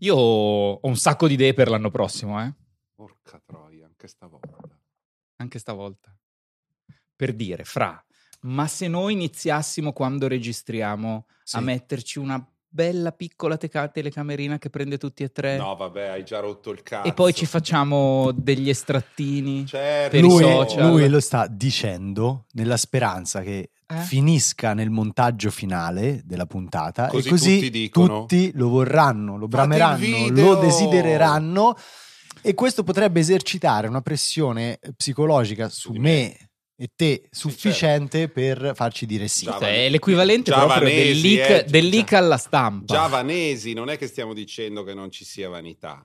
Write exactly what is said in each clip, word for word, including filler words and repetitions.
Io ho un sacco di idee per l'anno prossimo, eh. Porca troia, anche stavolta. Anche stavolta. Per dire, Fra, ma se noi iniziassimo quando registriamo Sì. a metterci una bella piccola teca- telecamerina che prende tutti e tre, No, vabbè, hai già rotto il cazzo. e poi ci facciamo degli estrattini Certo. per Lui, i social. lui lo sta dicendo nella speranza che Eh? finisca nel montaggio finale della puntata Così e così tutti dicono. tutti lo vorranno, lo Fate brameranno, il video! lo desidereranno, e questo potrebbe esercitare una pressione psicologica su di me e te sufficiente per farci dire sì. Già- È l'equivalente proprio del Giavanesi, leak, eh, del leak già- alla stampa. Giavanesi, non è che stiamo dicendo che non ci sia vanità.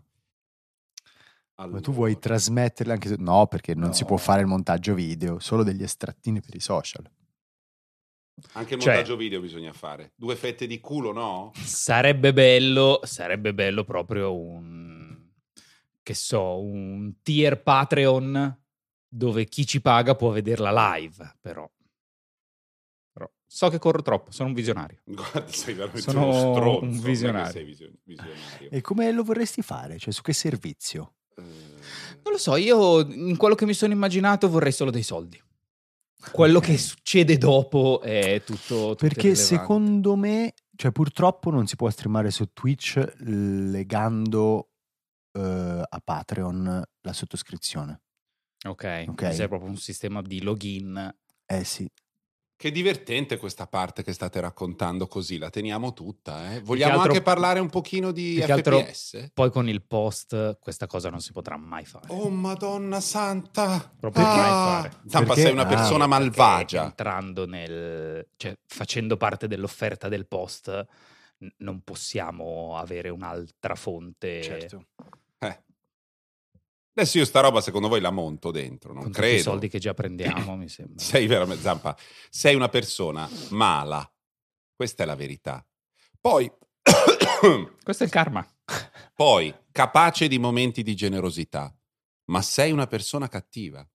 Ma tu vuoi trasmetterle anche tu? No, perché non No. si può fare il montaggio video, solo degli estrattini per i social. Anche il Cioè- montaggio video bisogna fare. Due fette di culo, no? Sarebbe bello, sarebbe bello proprio un, che so, un tier Patreon dove chi ci paga può vederla live, però. Però so che corro troppo, sono un visionario. Guarda, sei veramente Sono uno stronzo. un non è che visionario. sei visio- visionario. E come lo vorresti fare? Cioè, su che servizio? Eh, Non lo so, io in quello che mi sono immaginato vorrei solo dei soldi. Quello che succede dopo è tutto, tutto Perché irrilevante. secondo me, cioè purtroppo non si può streamare su Twitch legando eh, a Patreon la sottoscrizione. Ok, Ok. c'è proprio un sistema di login. Eh sì. Che divertente questa parte che state raccontando, così la teniamo tutta. Eh? Vogliamo altro- anche parlare un pochino di più che altro- F P S? Poi con il post questa cosa non si potrà mai fare. Oh Madonna santa! Proprio Ah! mai fare. Zampa, Perché? sei una Ah, persona Perché malvagia. entrando nel, cioè facendo parte dell'offerta del post, n- non possiamo avere un'altra fonte. Certo. Eh. Adesso io sta roba secondo voi la monto dentro, non Con tutti i credo. soldi che già prendiamo, mi sembra. Sei veramente, Zampa, sei una persona mala. Questa è la verità. Poi, Questo è il karma. poi, capace di momenti di generosità, ma sei una persona cattiva.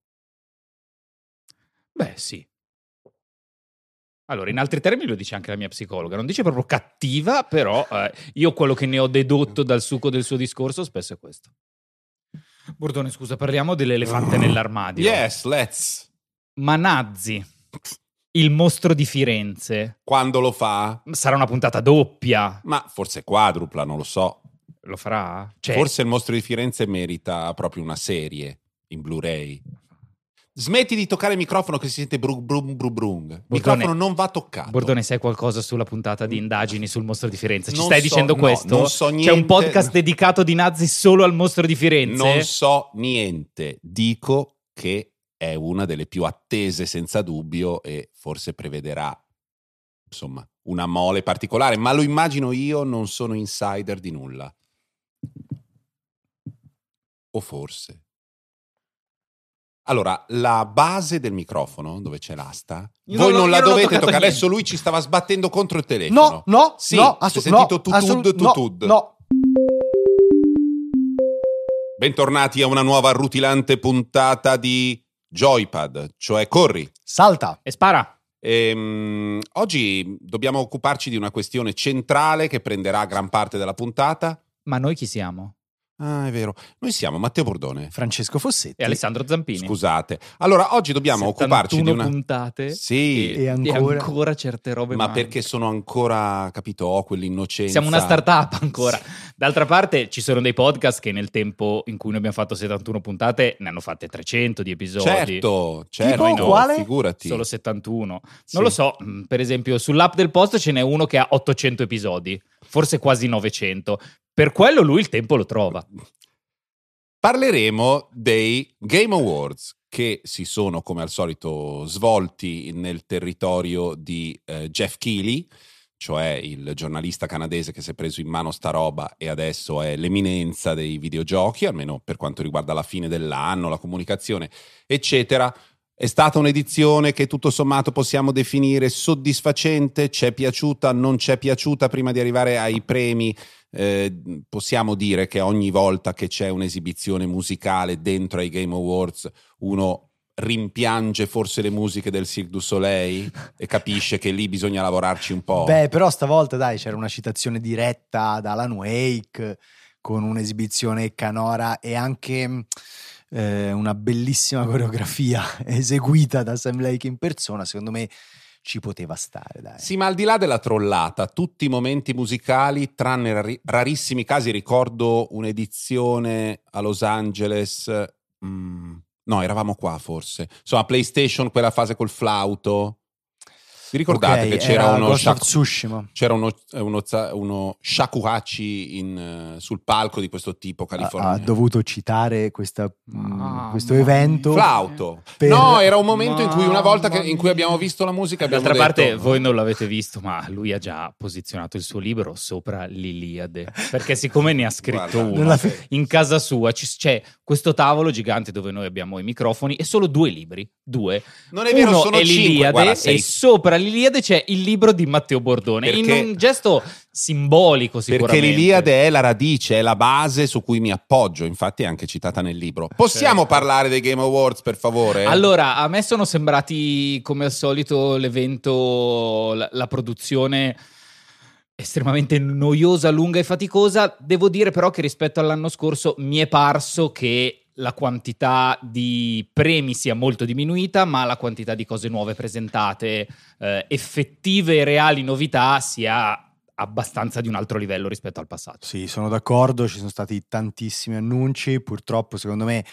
Beh, sì. Allora, in altri termini lo dice anche la mia psicologa. Non dice proprio cattiva, però eh, io quello che ne ho dedotto dal succo del suo discorso spesso è questo. Bordone, scusa, parliamo dell'elefante nell'armadio. Yes, let's. Manazzi, il mostro di Firenze. Quando lo fa? Sarà una puntata doppia. Ma forse quadrupla, non lo so. Lo farà? Cioè, Forse il mostro di Firenze merita proprio una serie in Blu-ray. Smetti di toccare il microfono che si sente brum brum brum brum. Il microfono non va toccato. Bordone, sai qualcosa sulla puntata di indagini sul mostro di Firenze? Ci Non stai so- dicendo no, questo? non so C'è un niente. podcast dedicato di nazi solo al mostro di Firenze? Non so niente. Dico che è una delle più attese senza dubbio e forse prevederà, insomma, una mole particolare, ma lo immagino io, non sono insider di nulla. O forse. Allora, la base del microfono, dove c'è l'asta, Io voi non non, l'ho- la io non ho dovete toccato toccare. niente. Adesso lui ci stava sbattendo contro il telefono. No, no, Sì, no, si è assu- sentito no, tutud, assolut- tutud. no, no. Bentornati a una nuova rutilante puntata di Joypad, cioè Corri. Salta. E spara. Ehm, oggi dobbiamo occuparci di una questione centrale che prenderà gran parte della puntata. Ma noi chi siamo? Ah, è vero. Noi siamo Matteo Bordone. Francesco Fossetti. E Alessandro Zampini. Scusate. Allora, oggi dobbiamo occuparci di settantuno una... puntate. Sì, E E ancora- ancora certe robe ma mancano. perché sono ancora, capito, ho quell'innocenza. Siamo una startup ancora. D'altra parte ci sono dei podcast che nel tempo in cui noi abbiamo fatto settantuno puntate ne hanno fatte trecento di episodi. Certo, certo, Tipo quale? figurati. Solo settantuno. Sì. Non lo so, mh, per esempio sull'app del post ce n'è uno che ha ottocento episodi, forse quasi novecento. Per quello lui il tempo lo trova. Parleremo dei Game Awards che si sono, come al solito, svolti nel territorio di eh, Jeff Keighley, cioè il giornalista canadese che si è preso in mano sta roba e adesso è l'eminenza dei videogiochi, almeno per quanto riguarda la fine dell'anno, la comunicazione, eccetera. È stata un'edizione che tutto sommato possiamo definire soddisfacente, ci è piaciuta, non ci è piaciuta prima di arrivare ai premi. Eh, possiamo dire che ogni volta che c'è un'esibizione musicale dentro ai Game Awards uno rimpiange forse le musiche del Cirque du Soleil e capisce che lì bisogna lavorarci un po'. Beh, però stavolta dai, c'era una citazione diretta da Alan Wake, con un'esibizione canora e anche eh, una bellissima coreografia eseguita da Sam Lake in persona, secondo me ci poteva stare, dai. Sì, ma al di là della trollata, tutti i momenti musicali, tranne rari- rarissimi casi, ricordo un'edizione a Los Angeles, mm, no, eravamo qua forse, insomma PlayStation, quella fase col flauto. Vi ricordate Ok, che c'era era uno, Ghost of shaku- Tsushima. c'era uno, uno, za- uno shakuhachi in, uh, sul palco di questo tipo Ha, californiano? ha dovuto citare questa, mh, Mamma questo mia. evento. Flauto. Per- No, era un momento in cui una volta che, Mamma in cui abbiamo mia. visto la musica abbiamo D'altra detto... parte voi non l'avete visto, ma lui ha già posizionato il suo libro sopra l'Iliade, perché siccome ne ha scritto Guarda, uno non la- in casa sua, ci- c'è questo tavolo gigante dove noi abbiamo i microfoni e solo due libri, due. Non è vero, Uno sono è cinque. l'Iliade Guarda, sei- e sopra l'Iliade c'è il libro di Matteo Bordone, Perché- in un gesto simbolico sicuramente. Perché l'Iliade è la radice, è la base su cui mi appoggio, infatti è anche citata nel libro. Possiamo Certo. parlare dei Game Awards, per favore? Allora, a me sono sembrati come al solito l'evento, la, la produzione estremamente noiosa, lunga e faticosa. Devo dire però che rispetto all'anno scorso mi è parso che la quantità di premi sia molto diminuita, ma la quantità di cose nuove presentate, eh, effettive e reali novità, sia abbastanza di un altro livello rispetto al passato. Sì, sono d'accordo, ci sono stati tantissimi annunci, purtroppo secondo me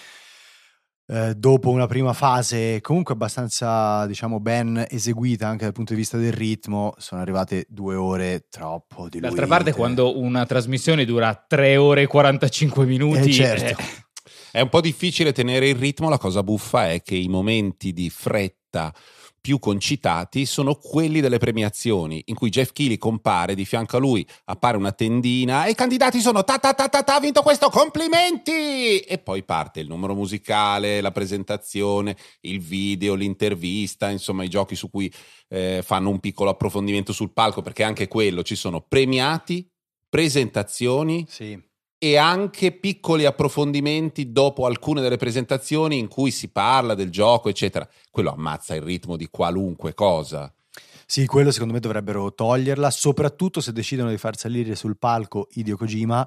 eh, dopo una prima fase comunque abbastanza, diciamo, ben eseguita anche dal punto di vista del ritmo, sono arrivate due ore troppo diluite. D'altra parte, quando una trasmissione dura tre ore e quarantacinque minuti... Eh, certo. eh, È un po' difficile tenere il ritmo, la cosa buffa è che i momenti di fretta più concitati sono quelli delle premiazioni, in cui Jeff Keighley compare, di fianco a lui appare una tendina e i candidati sono ta ta ta ta ta, ha vinto questo, complimenti! E poi parte il numero musicale, la presentazione, il video, l'intervista, insomma i giochi su cui eh, fanno un piccolo approfondimento sul palco, perché anche quello, ci sono premiati, presentazioni, Sì. e anche piccoli approfondimenti dopo alcune delle presentazioni in cui si parla del gioco, eccetera. Quello ammazza il ritmo di qualunque cosa. Sì, quello secondo me dovrebbero toglierla, soprattutto se decidono di far salire sul palco Hideo Kojima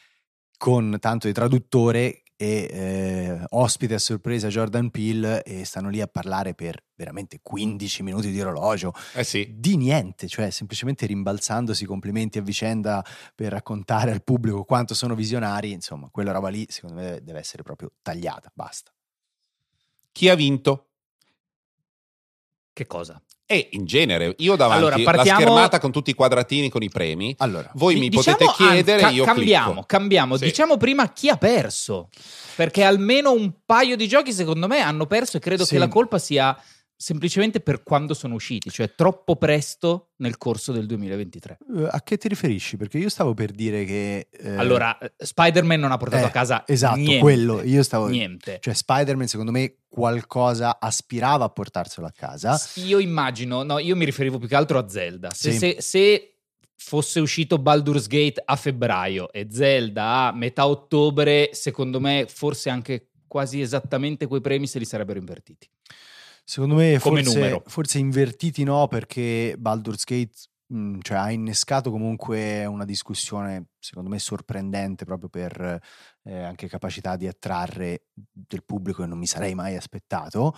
con tanto di traduttore e eh, ospite a sorpresa Jordan Peele, e stanno lì a parlare per veramente quindici minuti di orologio Eh sì. di niente, cioè semplicemente rimbalzandosi complimenti a vicenda per raccontare al pubblico quanto sono visionari. Insomma, quella roba lì secondo me deve essere proprio tagliata, basta. Chi ha vinto? Che cosa? E in genere, io davanti Allora, alla partiamo- schermata con tutti i quadratini con i premi, Allora, voi Di- mi diciamo, potete chiedere, anzi, io ca- cambiamo, clicco. cambiamo. Sì. Diciamo prima chi ha perso, perché almeno un paio di giochi secondo me hanno perso, e credo Sì. che la colpa sia semplicemente per quando sono usciti, cioè troppo presto nel corso del duemilaventitré. eh, a che ti riferisci? Perché io stavo per dire che eh, Allora, eh, Spider-Man non ha portato eh, a casa esatto, niente, quello, io stavo niente. cioè Spider-Man secondo me qualcosa aspirava a portarselo a casa. Io immagino, no, io mi riferivo più che altro a Zelda. Se, Sì. se- se fosse uscito Baldur's Gate a febbraio e Zelda a metà ottobre, secondo me forse anche quasi esattamente quei premi se li sarebbero invertiti. Secondo me Come forse, numero. forse invertiti no, perché Baldur's Gate mh, cioè, ha innescato comunque una discussione secondo me sorprendente proprio per eh, anche capacità di attrarre del pubblico che non mi sarei mai aspettato.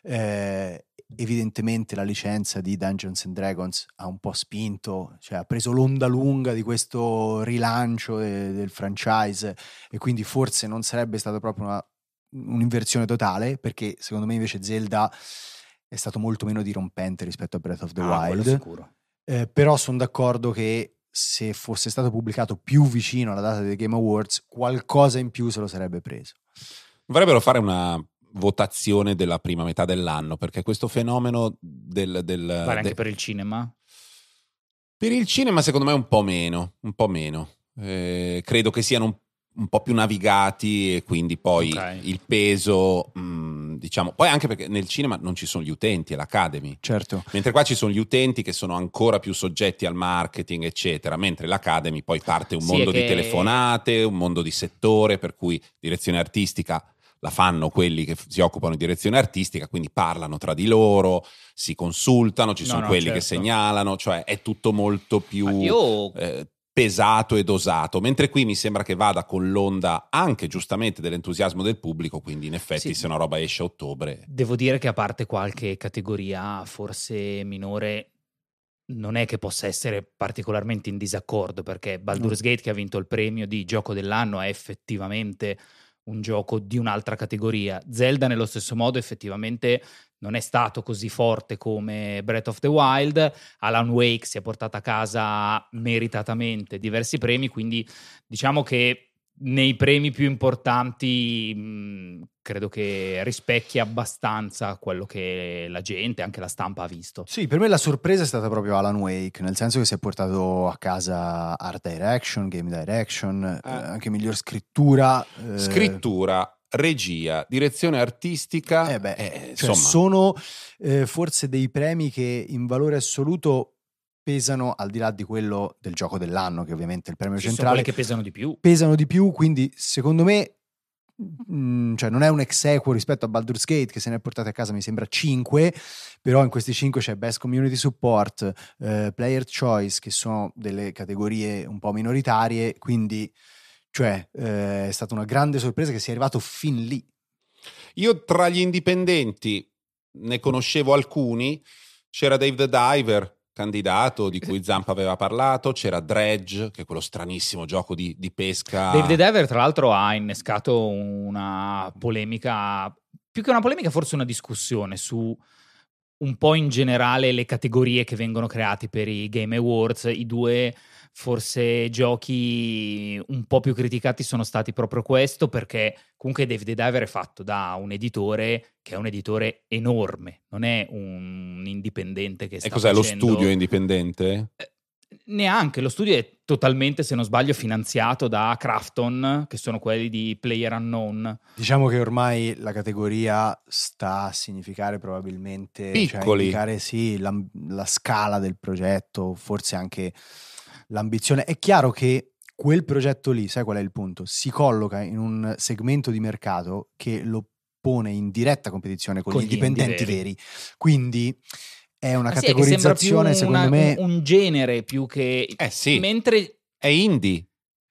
Eh, evidentemente la licenza di Dungeons and Dragons ha un po' spinto, cioè ha preso l'onda lunga di questo rilancio de- del franchise, e quindi forse non sarebbe stata proprio una un'inversione totale, perché secondo me invece Zelda è stato molto meno dirompente rispetto a Breath of the Ah, quello Wild. sicuro. Eh, però sono d'accordo che se fosse stato pubblicato più vicino alla data dei Game Awards qualcosa in più se lo sarebbe preso. Dovrebbero fare una votazione della prima metà dell'anno, perché questo fenomeno del... del Vale anche de- per il cinema? per il cinema secondo me un po' meno, un po' meno. Eh, credo che siano un un po' più navigati, e quindi poi Ok. il peso, mh, diciamo, poi anche perché nel cinema non ci sono gli utenti, è l'Academy, Certo. mentre qua ci sono gli utenti che sono ancora più soggetti al marketing, eccetera, mentre l'Academy poi parte un Sì, mondo è di che- telefonate, un mondo di settore, per cui direzione artistica la fanno quelli che si occupano di direzione artistica, quindi parlano tra di loro, si consultano, ci No, sono no, quelli che certo. segnalano, cioè è tutto molto più Ma io eh, pesato e dosato, mentre qui mi sembra che vada con l'onda anche giustamente dell'entusiasmo del pubblico, quindi in effetti Sì. se una roba esce a ottobre... Devo dire che a parte qualche categoria forse minore, non è che possa essere particolarmente in disaccordo, perché Baldur's Gate, che ha vinto il premio di gioco dell'anno, è effettivamente un gioco di un'altra categoria. Zelda nello stesso modo effettivamente non è stato così forte come Breath of the Wild. Alan Wake si è portata a casa meritatamente diversi premi, quindi diciamo che nei premi più importanti mh, credo che rispecchia abbastanza quello che la gente, anche la stampa, ha visto. Sì, per me la sorpresa è stata proprio Alan Wake, nel senso che si è portato a casa Art Direction, Game Direction, eh. Eh, anche miglior scrittura. Eh... Scrittura, regia, direzione artistica. Eh beh, eh, cioè insomma. sono eh, forse dei premi che in valore assoluto pesano, al di là di quello del gioco dell'anno, che ovviamente è il premio Ci centrale, sono quelli che pesano di più. Pesano di più, quindi secondo me mh, cioè non è un ex equo rispetto a Baldur's Gate, che se ne è portato a casa mi sembra cinque, però in questi cinque c'è Best Community Support, eh, Player Choice, che sono delle categorie un po' minoritarie, quindi cioè eh, è stata una grande sorpresa che sia arrivato fin lì. Io tra gli indipendenti ne conoscevo alcuni, c'era Dave the Diver, candidato di cui Zampa aveva parlato, c'era Dredge, che è quello stranissimo gioco di, di pesca. Dave the Diver tra l'altro ha innescato una polemica, più che una polemica forse una discussione su un po' in generale le categorie che vengono create per i Game Awards. I due forse giochi un po' più criticati sono stati proprio questo, perché comunque Dave the Diver è fatto da un editore che è un editore enorme, non è un indipendente che sta E cos'è, facendo... lo studio indipendente? Eh, neanche, lo studio è totalmente, se non sbaglio, finanziato da Krafton, che sono quelli di PlayerUnknown. Diciamo che ormai la categoria sta a significare probabilmente, piccoli, cioè indicare sì la, la scala del progetto, forse anche l'ambizione. È chiaro che quel progetto lì, sai qual è il punto? Si colloca in un segmento di mercato che lo pone in diretta competizione con, con gli indipendenti veri. veri. Quindi è una Ma categorizzazione, sì, è una, secondo me... Un, un genere più che... Eh sì, mentre... è indie.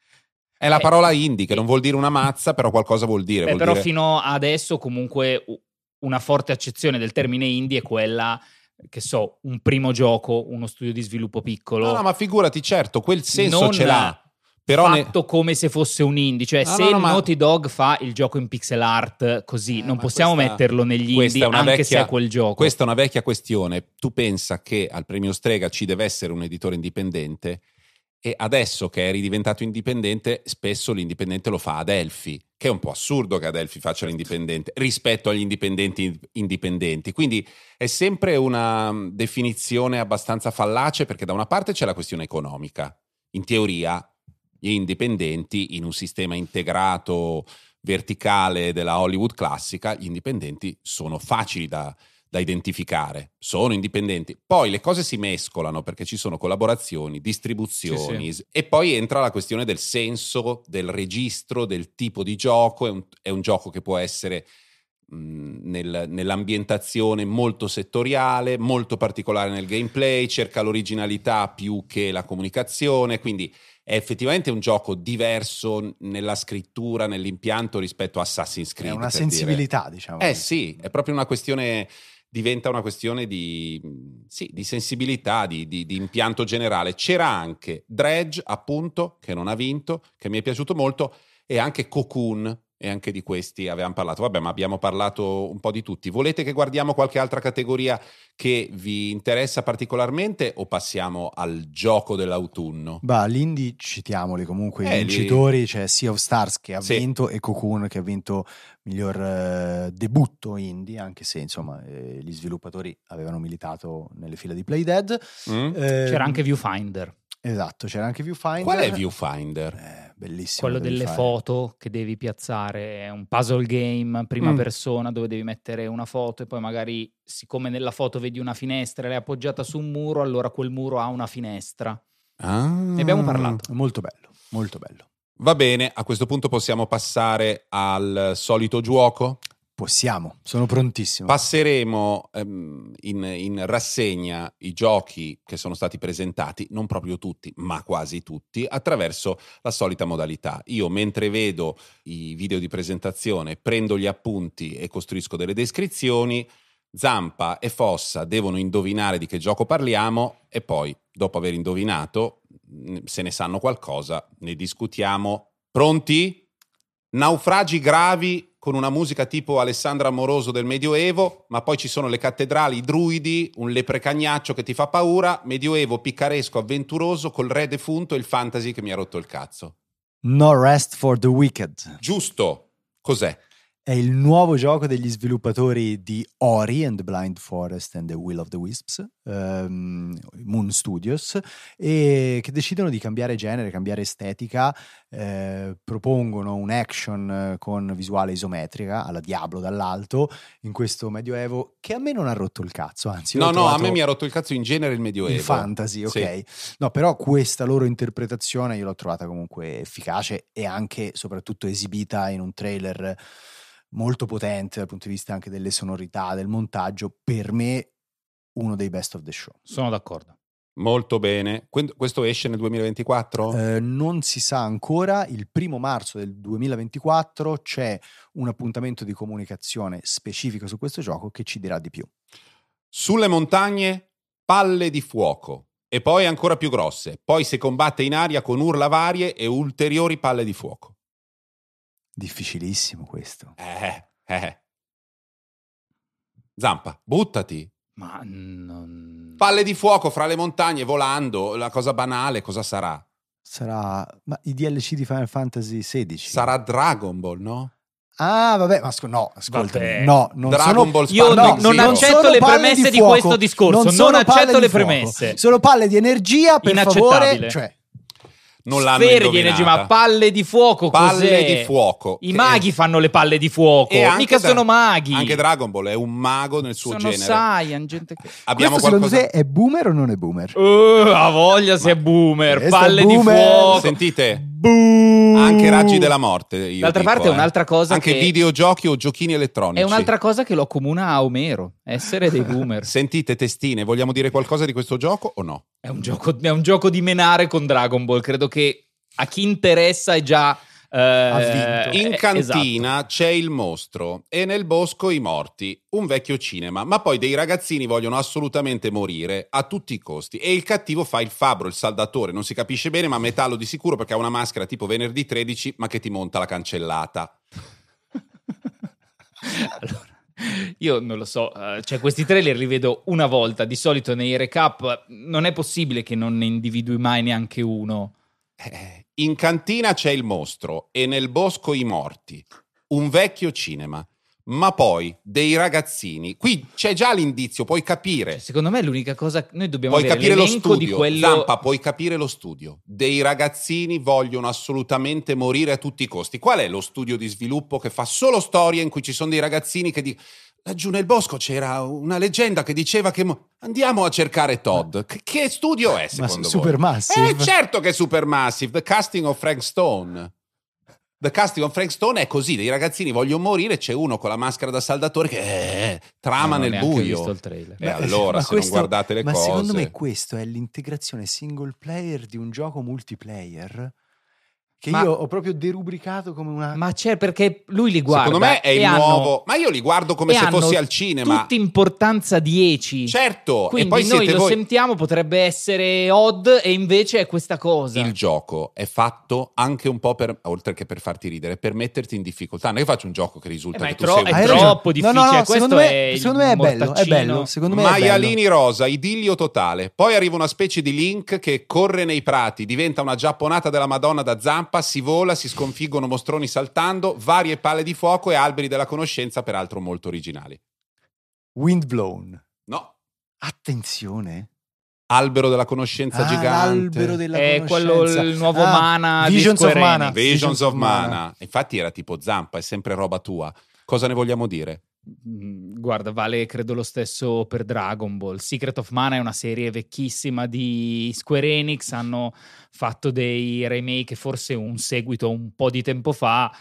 È la eh, parola indie, che non vuol dire una mazza, però qualcosa vuol dire. Beh, vuol però dire... fino adesso comunque una forte accezione del termine indie è quella... che so, un primo gioco, uno studio di sviluppo piccolo. No, no, ma figurati, certo, quel senso non ce l'ha. Però fatto ne... come se fosse un indie, cioè no, se no, no, ma... Naughty Dog fa il gioco in pixel art così, eh, non possiamo questa, metterlo negli indie anche vecchia, se è quel gioco. Questa è una vecchia questione. Tu pensa che al premio Strega ci deve essere un editore indipendente, e adesso che è ridiventato indipendente spesso l'indipendente lo fa ad Adelphi, che è un po' assurdo che Adelphi faccia l'indipendente rispetto agli indipendenti indipendenti, quindi è sempre una definizione abbastanza fallace, perché da una parte c'è la questione economica. In teoria gli indipendenti, in un sistema integrato verticale della Hollywood classica, gli indipendenti sono facili da da identificare, sono indipendenti. Poi le cose si mescolano perché ci sono collaborazioni, distribuzioni, sì, sì. E poi entra la questione del senso, del registro, del tipo di gioco. È un, è un gioco che può essere mh, nel, nell'ambientazione molto settoriale, molto particolare nel gameplay, cerca l'originalità più che la comunicazione, quindi è effettivamente un gioco diverso nella scrittura, nell'impianto rispetto a Assassin's Creed. È una sensibilità, dire. diciamo. Eh sì, è proprio una questione... diventa una questione di, sì, di sensibilità, di, di, di impianto generale. C'era anche Dredge, appunto, che non ha vinto, che mi è piaciuto molto, e anche Cocoon, e anche di questi avevamo parlato. Vabbè, ma abbiamo parlato un po' di tutti. Volete che guardiamo qualche altra categoria che vi interessa particolarmente, o passiamo al gioco dell'autunno? Bah, l'indie citiamoli comunque, eh, i vincitori, c'è cioè Sea of Stars che ha sì. vinto e Cocoon che ha vinto miglior eh, debutto indie, anche se insomma eh, gli sviluppatori avevano militato nelle fila di Playdead. Mm. Eh, c'era anche Viewfinder. Esatto, c'era anche Viewfinder. Qual è Viewfinder? Eh, bellissimo. Quello delle fare. foto che devi piazzare, è un puzzle game prima mm. persona dove devi mettere una foto e poi magari, siccome nella foto vedi una finestra e l'hai appoggiata su un muro, allora quel muro ha una finestra. Ah. Ne abbiamo parlato. Molto bello, molto bello. Va bene, a questo punto possiamo passare al solito gioco? Possiamo, sono prontissimo. Passeremo ehm, in, in rassegna i giochi che sono stati presentati, non proprio tutti, ma quasi tutti, attraverso la solita modalità. Io, mentre vedo i video di presentazione, prendo gli appunti e costruisco delle descrizioni. Zampa e Fossa devono indovinare di che gioco parliamo e poi, dopo aver indovinato, se ne sanno qualcosa, ne discutiamo. Pronti? Naufragi gravi con una musica tipo Alessandro Amoroso del Medioevo, ma poi ci sono le cattedrali, i druidi, un leprecagnaccio che ti fa paura, Medioevo picaresco, avventuroso, col re defunto e il fantasy che mi ha rotto il cazzo. No Rest for the Wicked. Giusto. Cos'è? È il nuovo gioco degli sviluppatori di Ori and the Blind Forest and the Will of the Wisps, um, Moon Studios, e che decidono di cambiare genere, cambiare estetica, eh, propongono un action con visuale isometrica alla Diablo dall'alto in questo medioevo che a me non ha rotto il cazzo, anzi no no no a me mi ha rotto il cazzo in genere il medioevo, il fantasy, ok, sì. No, però questa loro interpretazione io l'ho trovata comunque efficace e anche soprattutto esibita in un trailer molto potente dal punto di vista anche delle sonorità, del montaggio. Per me uno dei best of the show. Sono d'accordo. Molto bene. Questo esce nel duemilaventiquattro? Eh, non si sa ancora. Il primo marzo del duemilaventiquattro c'è un appuntamento di comunicazione specifico su questo gioco che ci dirà di più. Sulle montagne, palle di fuoco. E poi ancora più grosse. Poi si combatte in aria con urla varie e ulteriori palle di fuoco. Difficilissimo questo. Eh, eh. Zampa, buttati. Ma non... Palle di fuoco fra le montagne volando, la cosa banale, cosa sarà? Sarà... Ma i D L C di Final Fantasy sedici? Sarà Dragon Ball, no? Ah, vabbè, ma asco- no, ascoltami. Vabbè. No, non Dragon sono... Ball Io Spartan non, non Zero. accetto sono le palle premesse di di, fuoco, questo discorso. non Non, sono palle accetto di le fuoco. premesse. Sono palle di energia, per favore. Inaccettabile. Cioè, Non l'hanno Sfere di indovinata. energia, ma palle di fuoco Palle cos'è? di fuoco. I Che- maghi fanno le palle di fuoco, E anche mica da- sono maghi. Anche Dragon Ball è un mago nel suo sono genere. Saiyan, gente che... Abbiamo questo secondo qualcosa... te è boomer o non è boomer? Uh, ha voglia se è boomer, questo è palle boomer. di fuoco. Sentite, Buh. anche raggi della morte. Io D'altra dico, parte è eh. un'altra cosa Anche che- videogiochi o giochini elettronici. È un'altra cosa che lo accomuna a Omero, essere dei boomer. Sentite, testine, vogliamo dire qualcosa di questo gioco o no? È un gioco, è un gioco di menare con Dragon Ball. Credo che a chi interessa è già eh, vinto. In eh, cantina esatto. c'è il mostro e nel bosco i morti, un vecchio cinema, ma poi dei ragazzini vogliono assolutamente morire a tutti i costi e il cattivo fa il fabbro, il saldatore, non si capisce bene ma metallo di sicuro perché ha una maschera tipo venerdì tredici ma che ti monta la cancellata. Allora, io non lo so, eh, cioè questi trailer li vedo una volta, di solito nei recap non è possibile che non ne individui mai neanche uno. Eh, in cantina c'è il mostro e nel bosco i morti, un vecchio cinema, ma poi dei ragazzini. Qui c'è già l'indizio, puoi capire. Cioè, secondo me l'unica cosa, noi dobbiamo Puoi avere capire lo l'elenco di studio, quello... Zampa, puoi capire lo studio. Dei ragazzini vogliono assolutamente morire a tutti i costi. Qual è lo studio di sviluppo che fa solo storie in cui ci sono dei ragazzini che dicono laggiù nel bosco c'era una leggenda che diceva che mo- andiamo a cercare Todd. Che, che studio è secondo Ma voi? Supermassive? Eh certo che è Supermassive, The Casting of Frank Stone. The Casting of Frank Stone è così, dei ragazzini vogliono morire, c'è uno con la maschera da saldatore che eh, trama Non ho nel neanche buio. visto il trailer. E allora, Ma se questo- non guardate le ma cose... secondo me questo è l'integrazione single player di un gioco multiplayer che Ma- io ho proprio derubricato come una... Ma c'è perché lui li guarda. Secondo me è e il hanno- nuovo... Ma io li guardo come e se hanno fossi al cinema. Tutti importanza dieci. Certo, Quindi e poi noi siete lo voi... sentiamo, potrebbe essere odd e invece è questa cosa. Il gioco è fatto anche un po' per, oltre che per farti ridere, per metterti in difficoltà. Non è che faccio un gioco che risulta Eh, ma che è tu tro- sei è un Hai troppo ragione. difficile, No, no, no, questo secondo me, è il secondo me è bello, è mortaccino. bello, secondo me è bello. Maialini rosa, idillio totale. Poi arriva una specie di Link che corre nei prati, diventa una giapponata della Madonna da Zampa, si vola, si sconfiggono mostroni saltando, varie palle di fuoco e alberi della conoscenza, peraltro molto originali. Windblown. No, Attenzione. albero della conoscenza Ah, gigante. l'albero della È quello conoscenza. il nuovo Ah, Mana di Visions of Square Mana. Enix. Visions of Mana. Infatti era tipo Zampa, è sempre roba tua. Cosa ne vogliamo dire? Mm, Guarda, vale credo lo stesso per Dragon Ball. Secret of Mana è una serie vecchissima di Square Enix, hanno fatto dei remake, forse un seguito un po' di tempo fa.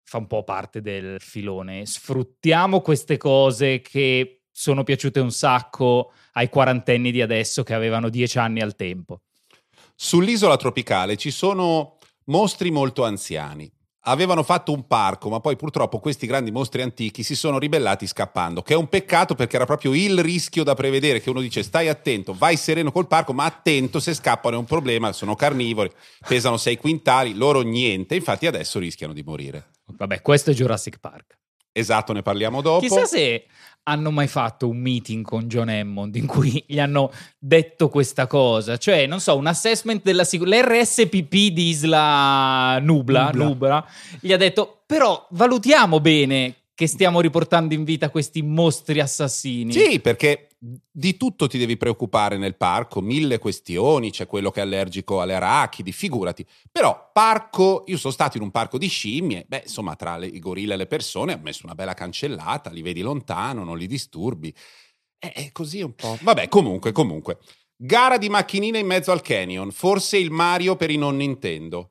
fa un po' parte del filone. Sfruttiamo queste cose che sono piaciute un sacco ai quarantenni di adesso che avevano dieci anni al tempo. Sull'isola tropicale ci sono mostri molto anziani. Avevano fatto un parco, ma poi purtroppo questi grandi mostri antichi si sono ribellati scappando, che è un peccato perché era proprio il rischio da prevedere, che uno dice stai attento, vai sereno col parco, ma attento, se scappano è un problema, sono carnivori, pesano sei quintali, loro niente, infatti adesso rischiano di morire. Vabbè, questo è Jurassic Park. Esatto, ne parliamo dopo. Chissà se hanno mai fatto un meeting con John Hammond in cui gli hanno detto questa cosa, cioè, non so, un assessment della sicurezza, l'R S P P di Isla Nubla, Nubla. Nubla, gli ha detto, però valutiamo bene che stiamo riportando in vita questi mostri assassini. Sì, perché di tutto ti devi preoccupare nel parco, mille questioni, c'è quello che è allergico alle arachidi, figurati. Però parco, io sono stato in un parco di scimmie, beh, insomma, tra le, i gorilla e le persone ho messo una bella cancellata, li vedi lontano, non li disturbi. È, è così un po'. Vabbè, comunque, comunque. Gara di macchinine in mezzo al canyon, forse il Mario per i non Nintendo.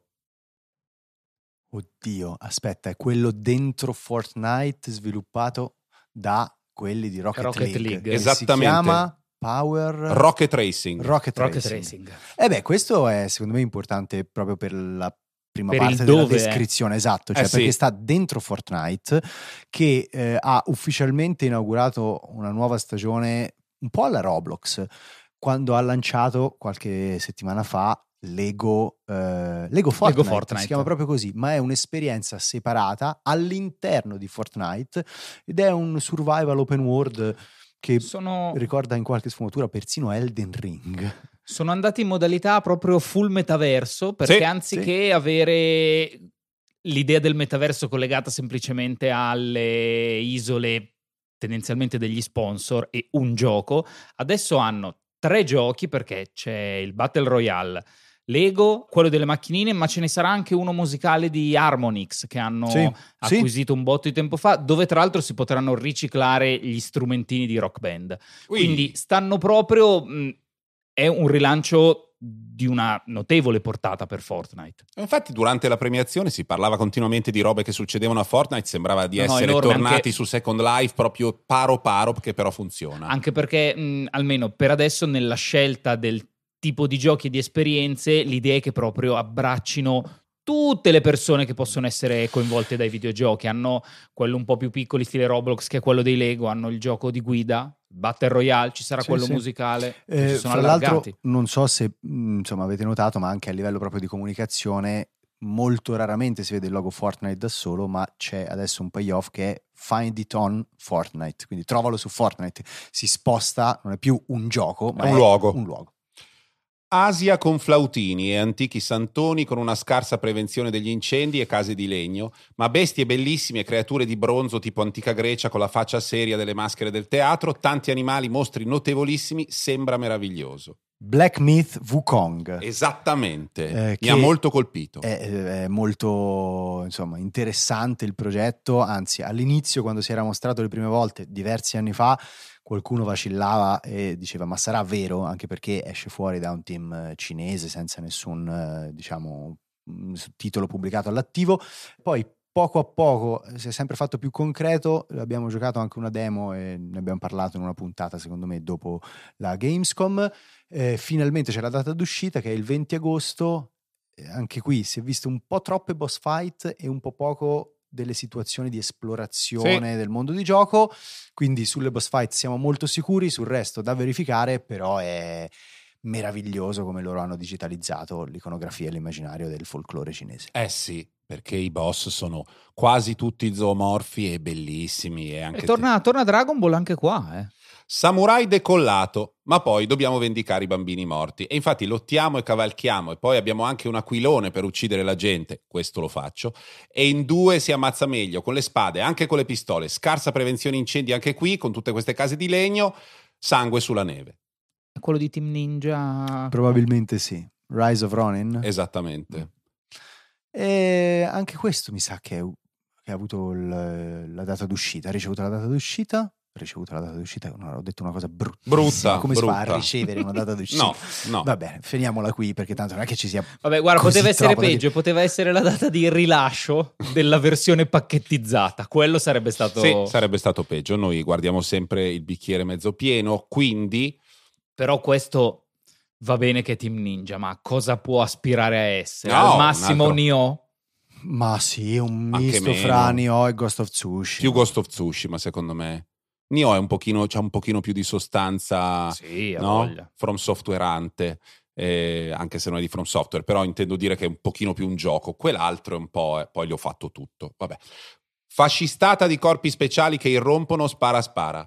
Oddio, aspetta, è quello dentro Fortnite sviluppato da quelli di Rocket, Rocket League. League. Che Esattamente. Si chiama Power Rocket Racing. Rocket, Rocket Racing. Racing. Eh beh, questo è secondo me importante proprio per la prima Per parte il della dove, descrizione, esatto, cioè Eh sì. perché sta dentro Fortnite, che eh, ha ufficialmente inaugurato una nuova stagione un po' alla Roblox, quando ha lanciato qualche settimana fa Lego, eh, Lego, Fortnite, Lego Fortnite. si chiama proprio così, ma è un'esperienza separata all'interno di Fortnite ed è un survival open world che Sono... ricorda in qualche sfumatura persino Elden Ring. Sono andati in modalità proprio full metaverso, perché Sì, anziché avere l'idea del metaverso collegata semplicemente alle isole tendenzialmente degli sponsor e un gioco, adesso hanno tre giochi, perché c'è il Battle Royale, Lego, quello delle macchinine, ma ce ne sarà anche uno musicale di Harmonix che hanno Sì, acquisito un botto di tempo fa, dove tra l'altro si potranno riciclare gli strumentini di Rock Band. Ui. Quindi stanno proprio... Mh, è un rilancio di una notevole portata per Fortnite. Infatti durante la premiazione si parlava continuamente di robe che succedevano a Fortnite, sembrava di No, no, essere enorme, tornati anche- su Second Life proprio paro paro, che però funziona. Anche perché, mh, almeno per adesso, nella scelta del tipo di giochi e di esperienze, l'idea è che proprio abbraccino tutte le persone che possono essere coinvolte dai videogiochi. Hanno quello un po' più piccoli, stile Roblox, che è quello dei Lego, hanno il gioco di guida, Battle Royale, ci sarà Sì, quello sì. musicale, Eh, si sono fra allargati. l'altro non so se mh, insomma avete notato, ma anche a livello proprio di comunicazione molto raramente si vede il logo Fortnite da solo, ma c'è adesso un payoff che è Find it on Fortnite, quindi trovalo su Fortnite, si sposta, non è più un gioco, ma È un è luogo. un luogo. Asia con flautini e antichi santoni con una scarsa prevenzione degli incendi e case di legno, ma bestie bellissime e creature di bronzo tipo antica Grecia con la faccia seria delle maschere del teatro, tanti animali, mostri notevolissimi, sembra meraviglioso. Black Myth Wukong. Esattamente, Eh, mi che ha molto colpito. È, è molto insomma interessante il progetto, anzi all'inizio quando si era mostrato le prime volte diversi anni fa qualcuno vacillava e diceva ma sarà vero, anche perché esce fuori da un team cinese senza nessun eh, diciamo titolo pubblicato all'attivo, poi poco a poco si è sempre fatto più concreto, abbiamo giocato anche una demo e ne abbiamo parlato in una puntata secondo me dopo la Gamescom. Eh, finalmente c'è la data d'uscita che è il venti agosto, eh, anche qui si è visto un po' troppe boss fight e un po' poco delle situazioni di esplorazione Sì. del mondo di gioco, quindi sulle boss fight siamo molto sicuri, sul resto da verificare, però è meraviglioso come loro hanno digitalizzato l'iconografia e l'immaginario del folklore cinese. Eh sì, perché i boss sono quasi tutti zoomorfi e bellissimi. E, anche E torna, torna Dragon Ball anche qua, eh. Samurai decollato, ma poi dobbiamo vendicare i bambini morti. E infatti lottiamo e cavalchiamo e poi abbiamo anche un aquilone per uccidere la gente, questo lo faccio, e in due si ammazza meglio, con le spade, anche con le pistole. Scarsa prevenzione incendi anche qui, con tutte queste case di legno, sangue sulla neve. Quello di Team Ninja... Probabilmente sì. Rise of Ronin? Esattamente. E anche questo mi sa che, che ha avuto il, la data d'uscita, ha ricevuto la data d'uscita? ricevuto la data d'uscita, no, ho detto una cosa brutta. Brutta, Come brutta. si fa a ricevere una data d'uscita? No, no. Va bene, finiamola qui perché tanto non è che ci sia. Vabbè, guarda, così poteva essere troppo da peggio, poteva essere la data di rilascio della versione pacchettizzata. Quello sarebbe stato... Sì, sarebbe stato peggio. Noi guardiamo sempre il bicchiere mezzo pieno, quindi... Però questo va bene che è Team Ninja, ma cosa può aspirare a essere? No, Al massimo un altro- Nioh? Ma sì, un Anche misto meno. fra Nioh e Ghost of Tsushima. Più Ghost of Tsushima, secondo me. Nioh è un pochino, c'ha un pochino più di sostanza, Sì, ha no? voglia. From Softwareante, eh, anche se non è di From Software, però intendo dire che è un pochino più un gioco. Quell'altro è un po', eh, poi gli ho fatto tutto. Vabbè. Fascistata di corpi speciali che irrompono, spara spara.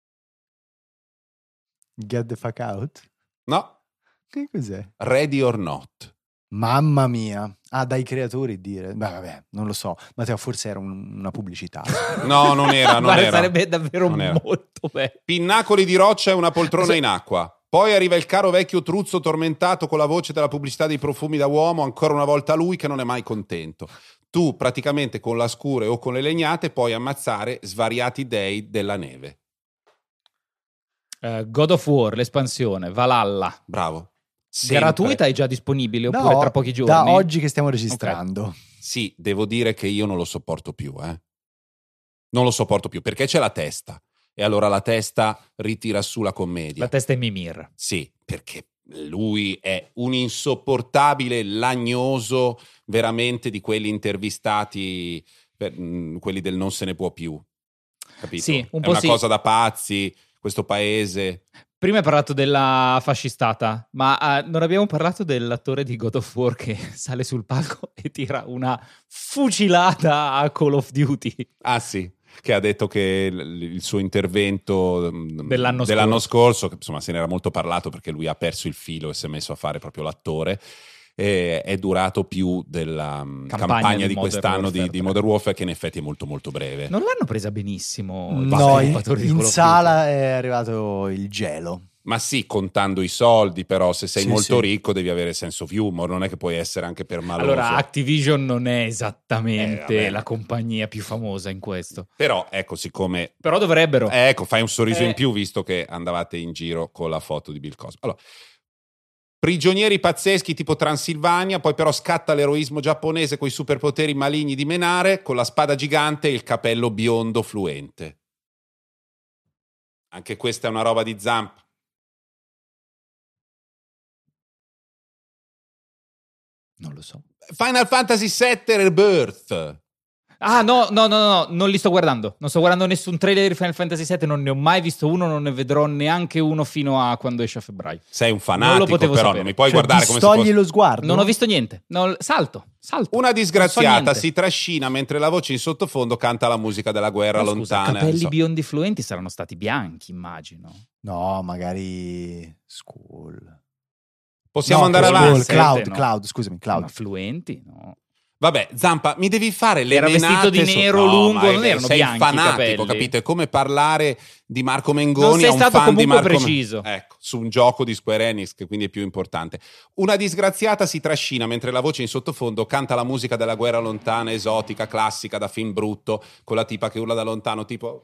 Get the fuck out? No, Che cos'è? Ready or Not. Mamma mia. Ah, dai creatori dire. Beh, vabbè, non lo so. Matteo, forse era un- una pubblicità. No, non era, non Guarda, era. sarebbe davvero Non era. molto bello. Pinnacoli di roccia e una poltrona Cosa- in acqua. Poi arriva il caro vecchio truzzo tormentato con la voce della pubblicità dei profumi da uomo, ancora una volta lui che non è mai contento. Tu praticamente con la scure o con le legnate puoi ammazzare svariati dei della neve. Eh, God of War, l'espansione, Valhalla. Bravo. Sempre. Gratuita è già disponibile oppure No, tra pochi giorni? da oggi che stiamo registrando. Sì, devo dire che io non lo sopporto più, eh. Non lo sopporto più, perché c'è la testa. E allora la testa ritira su la commedia. La testa è Mimir. Sì, perché lui è un insopportabile lagnoso, veramente di quelli intervistati, per, mh, quelli del non se ne può più. Capito? Sì, un è po' una sì. cosa da pazzi, questo paese. Prima hai parlato della fascistata, ma eh, non abbiamo parlato dell'attore di God of War che sale sul palco e tira una fucilata a Call of Duty. Ah sì, che ha detto che il, il suo intervento mh, Dell'anno dell'anno scorso, che insomma se ne era molto parlato perché lui ha perso il filo e si è messo a fare proprio l'attore, e è durato più della mh, Campagna campagna, di di Modern quest'anno di, Warfare di tre. Modern Warfare, che in effetti è molto molto breve. Non l'hanno presa benissimo gli No, in, sviluppatori di in Call of sala è arrivato il gelo. Ma sì, contando i soldi, però se sei Sì, molto sì. ricco devi avere sense of humor, non è che puoi essere anche Duty. permaloso. Allora, Activision non è esattamente Eh, vabbè. la compagnia più famosa in questo. Però ecco, siccome Però dovrebbero. Eh, ecco, fai un sorriso Eh. in più visto che andavate in giro con la foto di Bill Cosby. Allora, prigionieri pazzeschi tipo Transilvania, poi però scatta l'eroismo giapponese con i superpoteri maligni di menare, con la spada gigante e il capello biondo fluente. Anche questa è una roba di Zampa. Non lo so. Final Fantasy sette Rebirth. Ah, no, no, no, no, non li sto guardando. Non sto guardando nessun trailer di Final Fantasy sette, non ne ho mai visto uno, non ne vedrò neanche uno fino a quando esce a febbraio. Sei un Non fanatico, lo potevo però sapere. non mi puoi Cioè, guardare come se distogli fosse... lo sguardo. Non ho visto niente. No, salto, salto. Una Non so disgraziata niente. si trascina mentre la voce in sottofondo canta la musica della guerra Ma scusa, lontana. capelli Insomma. biondi fluenti saranno stati bianchi, immagino. No, magari Skull. Possiamo No, andare Skull, avanti? Sette, Cloud, no. Cloud, scusami, Cloud. Ma fluenti, no. Vabbè, Zampa, mi devi fare le Era vestito menate di su- nero No, lungo, ma è- non erano sei bianchi i fanatico, capelli. capito? È come parlare di Marco Mengoni Non sei a un stato fan di comunque Marco preciso. Ecco, su un gioco di Square Enix, che quindi è più importante. Una disgraziata si trascina mentre la voce in sottofondo canta la musica della guerra lontana, esotica, classica, da film brutto, con la tipa che urla da lontano, tipo...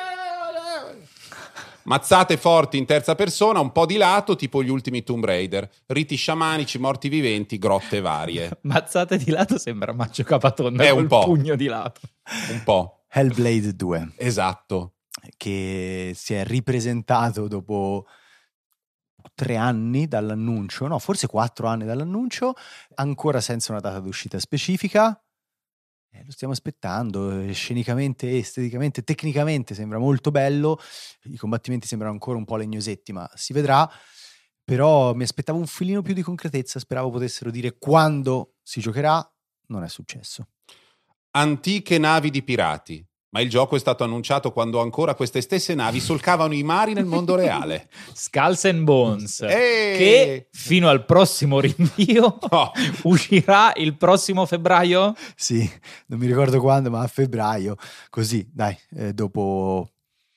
Mazzate forti in terza persona, un po' di lato, tipo gli ultimi Tomb Raider. Riti sciamanici, morti viventi, grotte varie. Mazzate di lato sembra Maccio Capatonda Eh, col un po'. pugno di lato. Un po'. Hellblade due, Esatto. che si è ripresentato dopo tre anni dall'annuncio, no, forse quattro anni dall'annuncio, ancora senza una data d'uscita specifica. Eh, lo stiamo aspettando, eh, scenicamente, esteticamente, tecnicamente sembra molto bello, i combattimenti sembrano ancora un po' legnosetti, ma si vedrà. Però mi aspettavo un filino più di concretezza, speravo potessero dire quando si giocherà, non è successo. Antiche navi di pirati. Ma il gioco è stato annunciato quando ancora queste stesse navi solcavano i mari nel mondo reale. Skulls and Bones, Ehi! che fino al prossimo rinvio No. uscirà il prossimo febbraio. Sì, non mi ricordo quando, ma a febbraio, così, dai, eh, dopo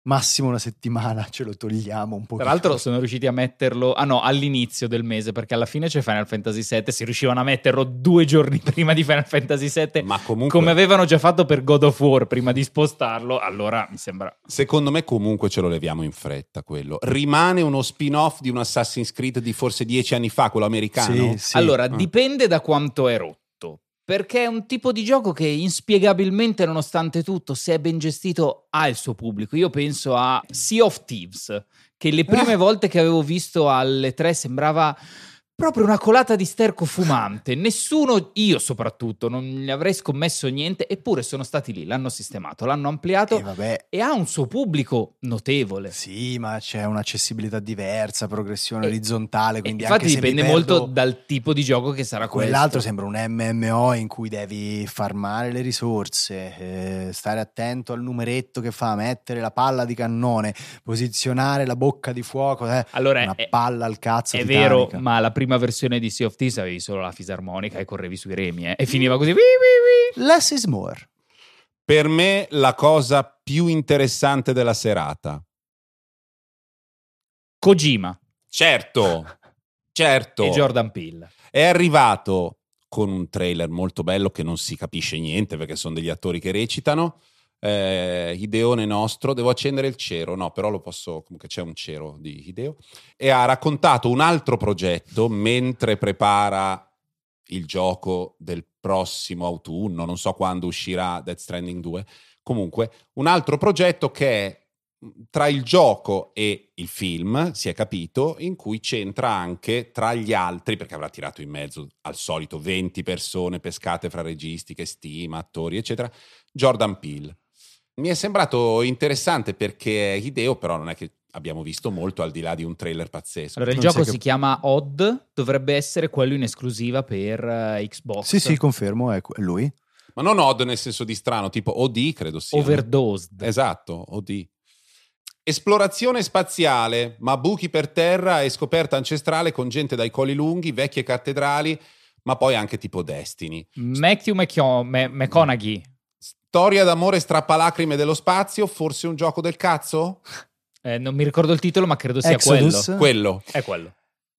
massimo una settimana ce lo togliamo un po'. Tra l'altro sono riusciti a metterlo, ah no, all'inizio del mese, perché alla fine c'è Final Fantasy sette, si riuscivano a metterlo due giorni prima di Final Fantasy sette, ma comunque, come avevano già fatto per God of War prima di spostarlo, allora mi sembra... Secondo me comunque ce lo leviamo in fretta quello. Rimane uno spin-off di un Assassin's Creed di forse dieci anni fa, quello americano? Sì, sì. Allora, Ah. dipende da quanto è rotto. Perché è un tipo di gioco che inspiegabilmente, nonostante tutto, se è ben gestito, ha il suo pubblico. Io penso a Sea of Thieves, che le prime Ah. volte che avevo visto alle tre sembrava proprio una colata di sterco fumante. Nessuno, io soprattutto, non gli avrei scommesso niente, eppure sono stati lì, l'hanno sistemato, l'hanno ampliato E vabbè, e ha un suo pubblico notevole. sì, ma c'è un'accessibilità diversa, progressione E- orizzontale, E quindi infatti anche se dipende mi molto perdo, dal tipo di gioco che sarà quell'altro questo. sembra un M M O in cui devi farmare le risorse, eh, stare attento al numeretto che fa, mettere la palla di cannone, posizionare la bocca di fuoco, eh, Allora, una è, palla al cazzo è titanica. vero, ma la prima versione di Sea of Thieves avevi solo la fisarmonica e correvi sui remi, eh, e finiva così. Wii, wii, wii. Less is more. Per me la cosa più interessante della serata. Kojima Certo, certo. e Jordan Peele. È arrivato con un trailer molto bello che non si capisce niente perché sono degli attori che recitano. Eh, Hideone nostro, devo accendere il cero, no, però lo posso, comunque c'è un cero di Hideo, e ha raccontato un altro progetto mentre prepara il gioco del prossimo autunno, non so quando uscirà Death Stranding due, comunque un altro progetto che è tra il gioco e il film, si è capito, in cui c'entra anche tra gli altri, perché avrà tirato in mezzo al solito venti persone pescate fra registi che stima, attori eccetera, Jordan Peele. Mi è sembrato interessante perché Hideo però non è che abbiamo visto molto al di là di un trailer pazzesco. Allora, il Non gioco sai si che- chiama Odd, dovrebbe essere quello in esclusiva per eh, Xbox. Sì, sì, confermo, è è lui. Ma non odd nel senso di strano, tipo O D credo sia. no? Overdosed. Esatto, O D. Esplorazione spaziale, ma buchi per terra e scoperta ancestrale con gente dai colli lunghi, vecchie cattedrali, ma poi anche tipo Destiny. Matthew McCo- Ma- McConaughey. Storia d'amore strappalacrime dello spazio, forse un gioco del cazzo? Eh, non mi ricordo il titolo, ma credo sia Exodus? quello. Quello. È quello.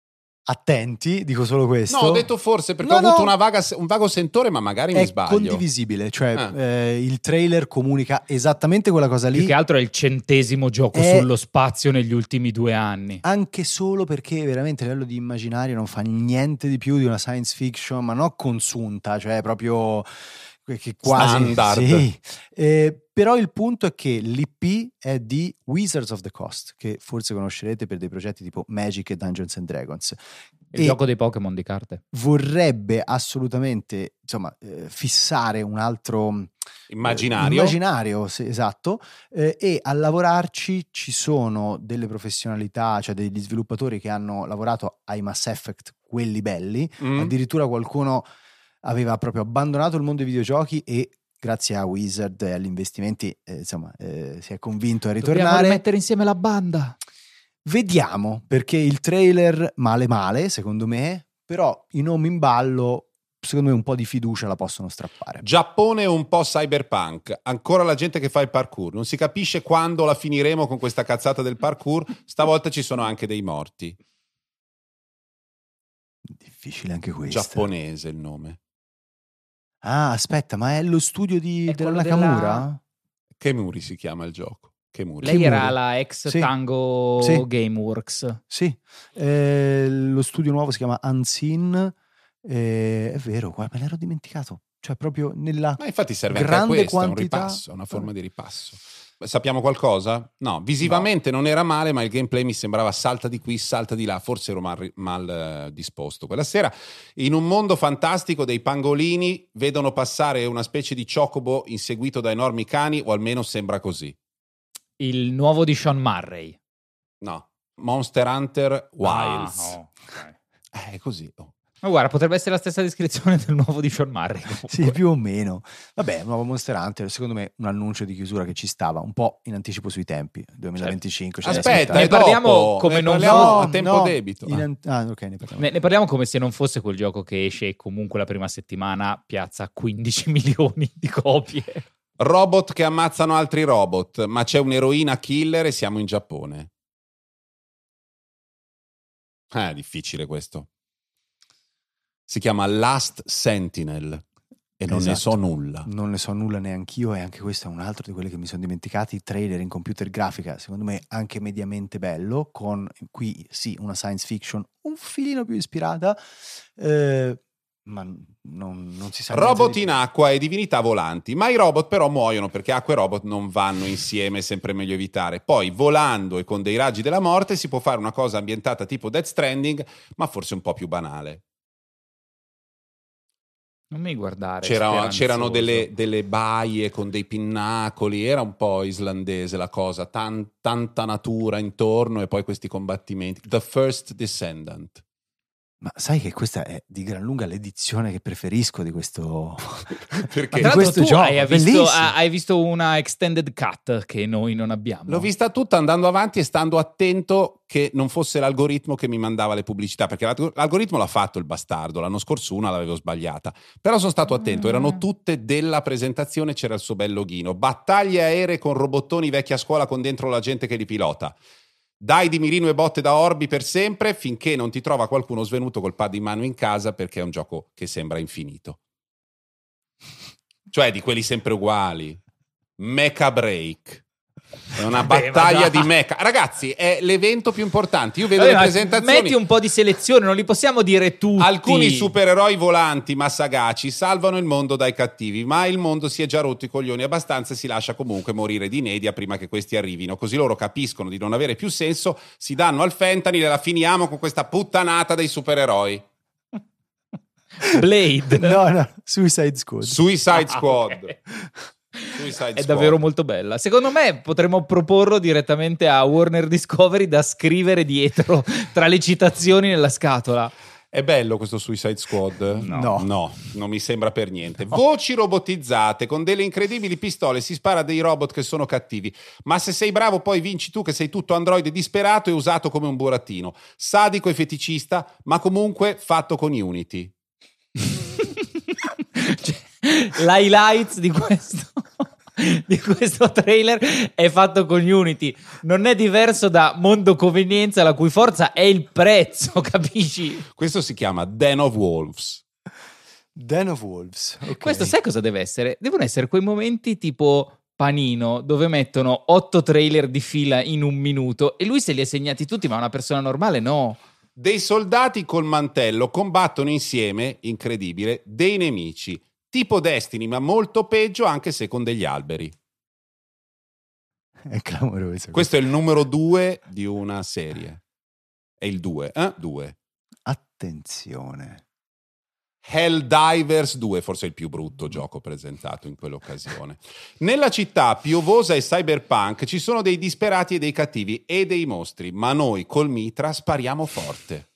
Attenti, dico solo questo. No, ho detto forse perché No, ho avuto no. una vaga, un vago sentore, ma magari mi È sbaglio. condivisibile, cioè Ah. eh, il trailer comunica esattamente quella cosa lì. Più che altro è il centesimo gioco È- sullo spazio negli ultimi due anni. Anche solo perché veramente a livello di immaginario non fa niente di più di una science fiction, ma non consunta, cioè proprio che quasi Standard. sì. Eh, però il punto è che l'I P è di Wizards of the Coast, che forse conoscerete per dei progetti tipo Magic e Dungeons and Dragons. Il E gioco dei Pokémon di carte. vorrebbe assolutamente, insomma, eh, fissare un altro Immaginario. immaginario, sì, esatto, eh, e a lavorarci ci sono delle professionalità, cioè degli sviluppatori che hanno lavorato ai Mass Effect, quelli belli, Mm. addirittura qualcuno aveva proprio abbandonato il mondo dei videogiochi e grazie a Wizard e agli investimenti eh, insomma eh, si è convinto a Dobbiamo ritornare. rimettere insieme la banda. Vediamo, perché il trailer male male secondo me, però i nomi in ballo secondo me un po' di fiducia la possono strappare. Giappone è un po' cyberpunk, ancora la gente che fa il parkour, non si capisce quando la finiremo con questa cazzata del parkour, stavolta ci sono anche dei morti. Difficile anche questo. Giapponese il nome. Ah, aspetta, ma è lo studio di, È della quello Nakamura? della- Kemuri si chiama il gioco. Kemuri. Lei Kimura. era la ex Sì. Tango Sì. Gameworks. Sì, eh, lo studio nuovo si chiama Unseen, eh, è vero, guarda, me l'ero dimenticato, cioè proprio nella... Ma infatti serve anche a grande questo, è un quantità. ripasso, è una forma di ripasso. Sappiamo qualcosa? No, visivamente non era male, ma il gameplay mi sembrava salta di qui, salta di là, forse ero mal, mal eh, disposto. Quella sera, in un mondo fantastico dei pangolini, vedono passare una specie di chocobo inseguito da enormi cani, o almeno sembra così. Il nuovo di Sean Murray. No, Monster Hunter Wilds. Ah, no, ok. Eh, È così. oh. Ma guarda, potrebbe essere la stessa descrizione del nuovo di Sean Murray. comunque. Sì, più o meno. Vabbè, nuovo Monster Hunter, secondo me un annuncio di chiusura che ci stava, un po' in anticipo sui tempi, duemilaventicinque. c'è da Aspetta, aspettare. e Ne parliamo dopo, come ne non parliamo so- a tempo no, debito. in Ah. an- ah, ok, ne parliamo. Ne, ne parliamo come se non fosse quel gioco che esce e comunque la prima settimana piazza quindici milioni di copie. Robot che ammazzano altri robot, ma c'è un'eroina killer e siamo in Giappone. Eh, è difficile questo. Si chiama Last Sentinel e non Esatto. ne so nulla. Non ne so nulla neanch'io, e anche questo è un altro di quelli che mi sono dimenticati. Trailer in computer grafica, secondo me anche mediamente bello, con qui sì una science fiction un filino più ispirata, eh, ma non, non si sa. Robot in acqua e divinità volanti, ma i robot però muoiono perché acqua e robot non vanno insieme, è sempre meglio evitare. Poi volando e con dei raggi della morte si può fare una cosa ambientata tipo Death Stranding, ma forse un po' più banale. Non mi guardare. C'era, c'erano delle, delle baie con dei pinnacoli, era un po' islandese la cosa, tan, tanta natura intorno e poi questi combattimenti. The First Descendant. Ma sai che questa è di gran lunga l'edizione che preferisco di questo, Perché? Tra di questo tu gioco, hai visto, bellissimo. hai visto una extended cut che noi non abbiamo. L'ho vista tutta andando avanti e stando attento che non fosse l'algoritmo che mi mandava le pubblicità, perché l'algoritmo l'ha fatto il bastardo, l'anno scorso una l'avevo sbagliata, però sono stato attento, erano tutte della presentazione, c'era il suo bel loghino, battaglie aeree con robottoni vecchia scuola con dentro la gente che li pilota. Dai di mirino e botte da orbi per sempre finché non ti trova qualcuno svenuto col pad in mano in casa, perché è un gioco che sembra infinito. Cioè di quelli sempre uguali. Mecha Break. È una Vabbè, battaglia ma no. di mecha. Ragazzi, è l'evento più importante. Io vedo Vabbè, le ma presentazioni. metti un po' di selezione, non li possiamo dire tutti. Alcuni supereroi volanti ma sagaci salvano il mondo dai cattivi, ma il mondo si è già rotto i coglioni abbastanza e si lascia comunque morire di inedia prima che questi arrivino. Così loro capiscono di non avere più senso, si danno al fentanyl e la finiamo con questa puttanata dei supereroi. Blade. No, no, Suicide Squad. Suicide Ah, Squad. ok. Suicide È Squad. davvero molto bella. Secondo me potremmo proporlo direttamente a Warner Discovery da scrivere dietro tra le citazioni nella scatola. È bello questo Suicide Squad? No. No, non mi sembra per niente. Voci robotizzate con delle incredibili pistole, si spara a dei robot che sono cattivi. Ma se sei bravo poi vinci tu che sei tutto androide disperato e usato come un burattino. Sadico e feticista, ma comunque fatto con Unity. Cioè, l'highlights di questo di questo trailer è fatto con Unity, non è diverso da Mondo Convenienza, la cui forza è il prezzo, capisci? Questo si chiama Den of Wolves. Den of Wolves. Okay. Questo sai cosa deve essere? Devono essere quei momenti tipo Panino dove mettono otto trailer di fila in un minuto e lui se li ha segnati tutti, ma una persona normale no. Dei soldati col mantello combattono insieme, incredibile, dei nemici. Tipo Destiny, ma molto peggio, anche se con degli alberi. È clamoroso. Questo è il numero due di una serie. È il due, eh? Due. Attenzione. Helldivers due, forse il più brutto gioco presentato in quell'occasione. Nella città piovosa e cyberpunk ci sono dei disperati e dei cattivi e dei mostri, ma noi col mitra spariamo forte.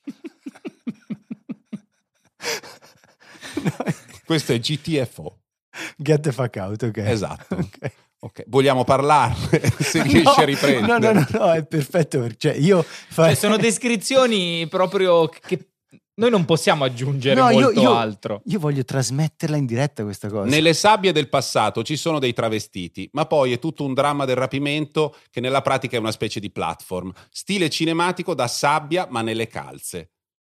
Questo è G T F O. Get the fuck out, ok. Esatto. Okay. Ok, vogliamo parlarne se riesci no, a riprendere. No, no, no, no, è perfetto. Perché, cioè, io fa... Cioè, sono descrizioni proprio che noi non possiamo aggiungere no, molto io, io, altro. Io voglio trasmetterla in diretta questa cosa. Nelle sabbie del passato ci sono dei travestiti, ma poi è tutto un dramma del rapimento che nella pratica è una specie di platform. Stile cinematico da sabbia, ma nelle calze.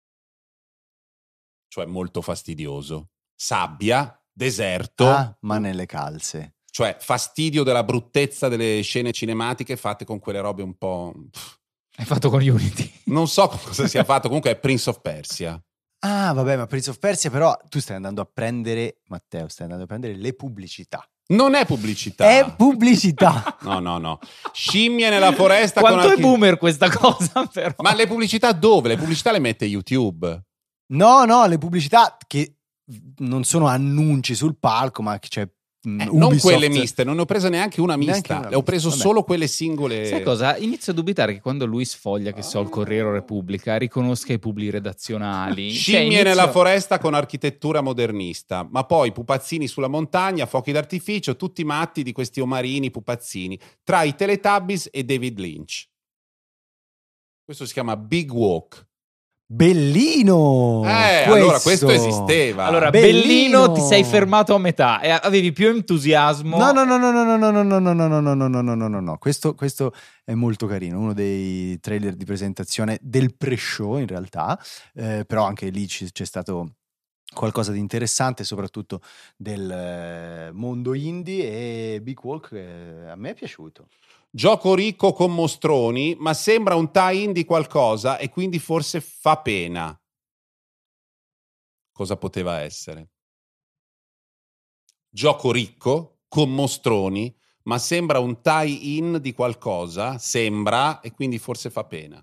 Cioè molto fastidioso. Sabbia, deserto. Ah, ma nelle calze. Cioè fastidio della bruttezza delle scene cinematiche fatte con quelle robe un po'... È fatto con Unity. Non so cosa sia fatto, comunque è Prince of Persia. Ah, vabbè, ma Prince of Persia però tu stai andando a prendere, Matteo, stai andando a prendere le pubblicità. Non è pubblicità. È pubblicità. No, no, no. Scimmie nella foresta Quanto con è archi... boomer questa cosa, però. Ma le pubblicità dove? Le pubblicità le mette YouTube. No, no, le pubblicità che non sono annunci sul palco, ma che c'è mh, Eh, non Ubisoft. quelle miste, non ne ho presa neanche una Neanche mista. una Le ho mista, preso vabbè. solo quelle singole. Sai cosa? Inizio a dubitare che quando lui sfoglia, che so, il Corriere o Repubblica, riconosca i publi redazionali. Cioè, Scimmie inizio- nella foresta con architettura modernista, ma poi pupazzini sulla montagna, fuochi d'artificio, tutti matti di questi omarini pupazzini, tra i Teletubbies e David Lynch. Questo si chiama Big Walk. Bellino! Eh, questo. allora questo esisteva. Allora, Bellino! Bellino, ti sei fermato a metà e avevi più entusiasmo. No, no, no, no, no, no, no, no, no, no, no, no, no, no, no, no, no, no. Questo, questo è molto carino, uno dei trailer di presentazione del pre-show in realtà, eh, però anche lì c- c'è stato qualcosa di interessante, soprattutto del eh, mondo indie, e Big Walk eh, a me è piaciuto. Gioco ricco con mostroni, ma sembra un tie-in di qualcosa e quindi forse fa pena. Cosa poteva essere? Gioco ricco con mostroni, ma sembra un tie-in di qualcosa, sembra, e quindi forse fa pena.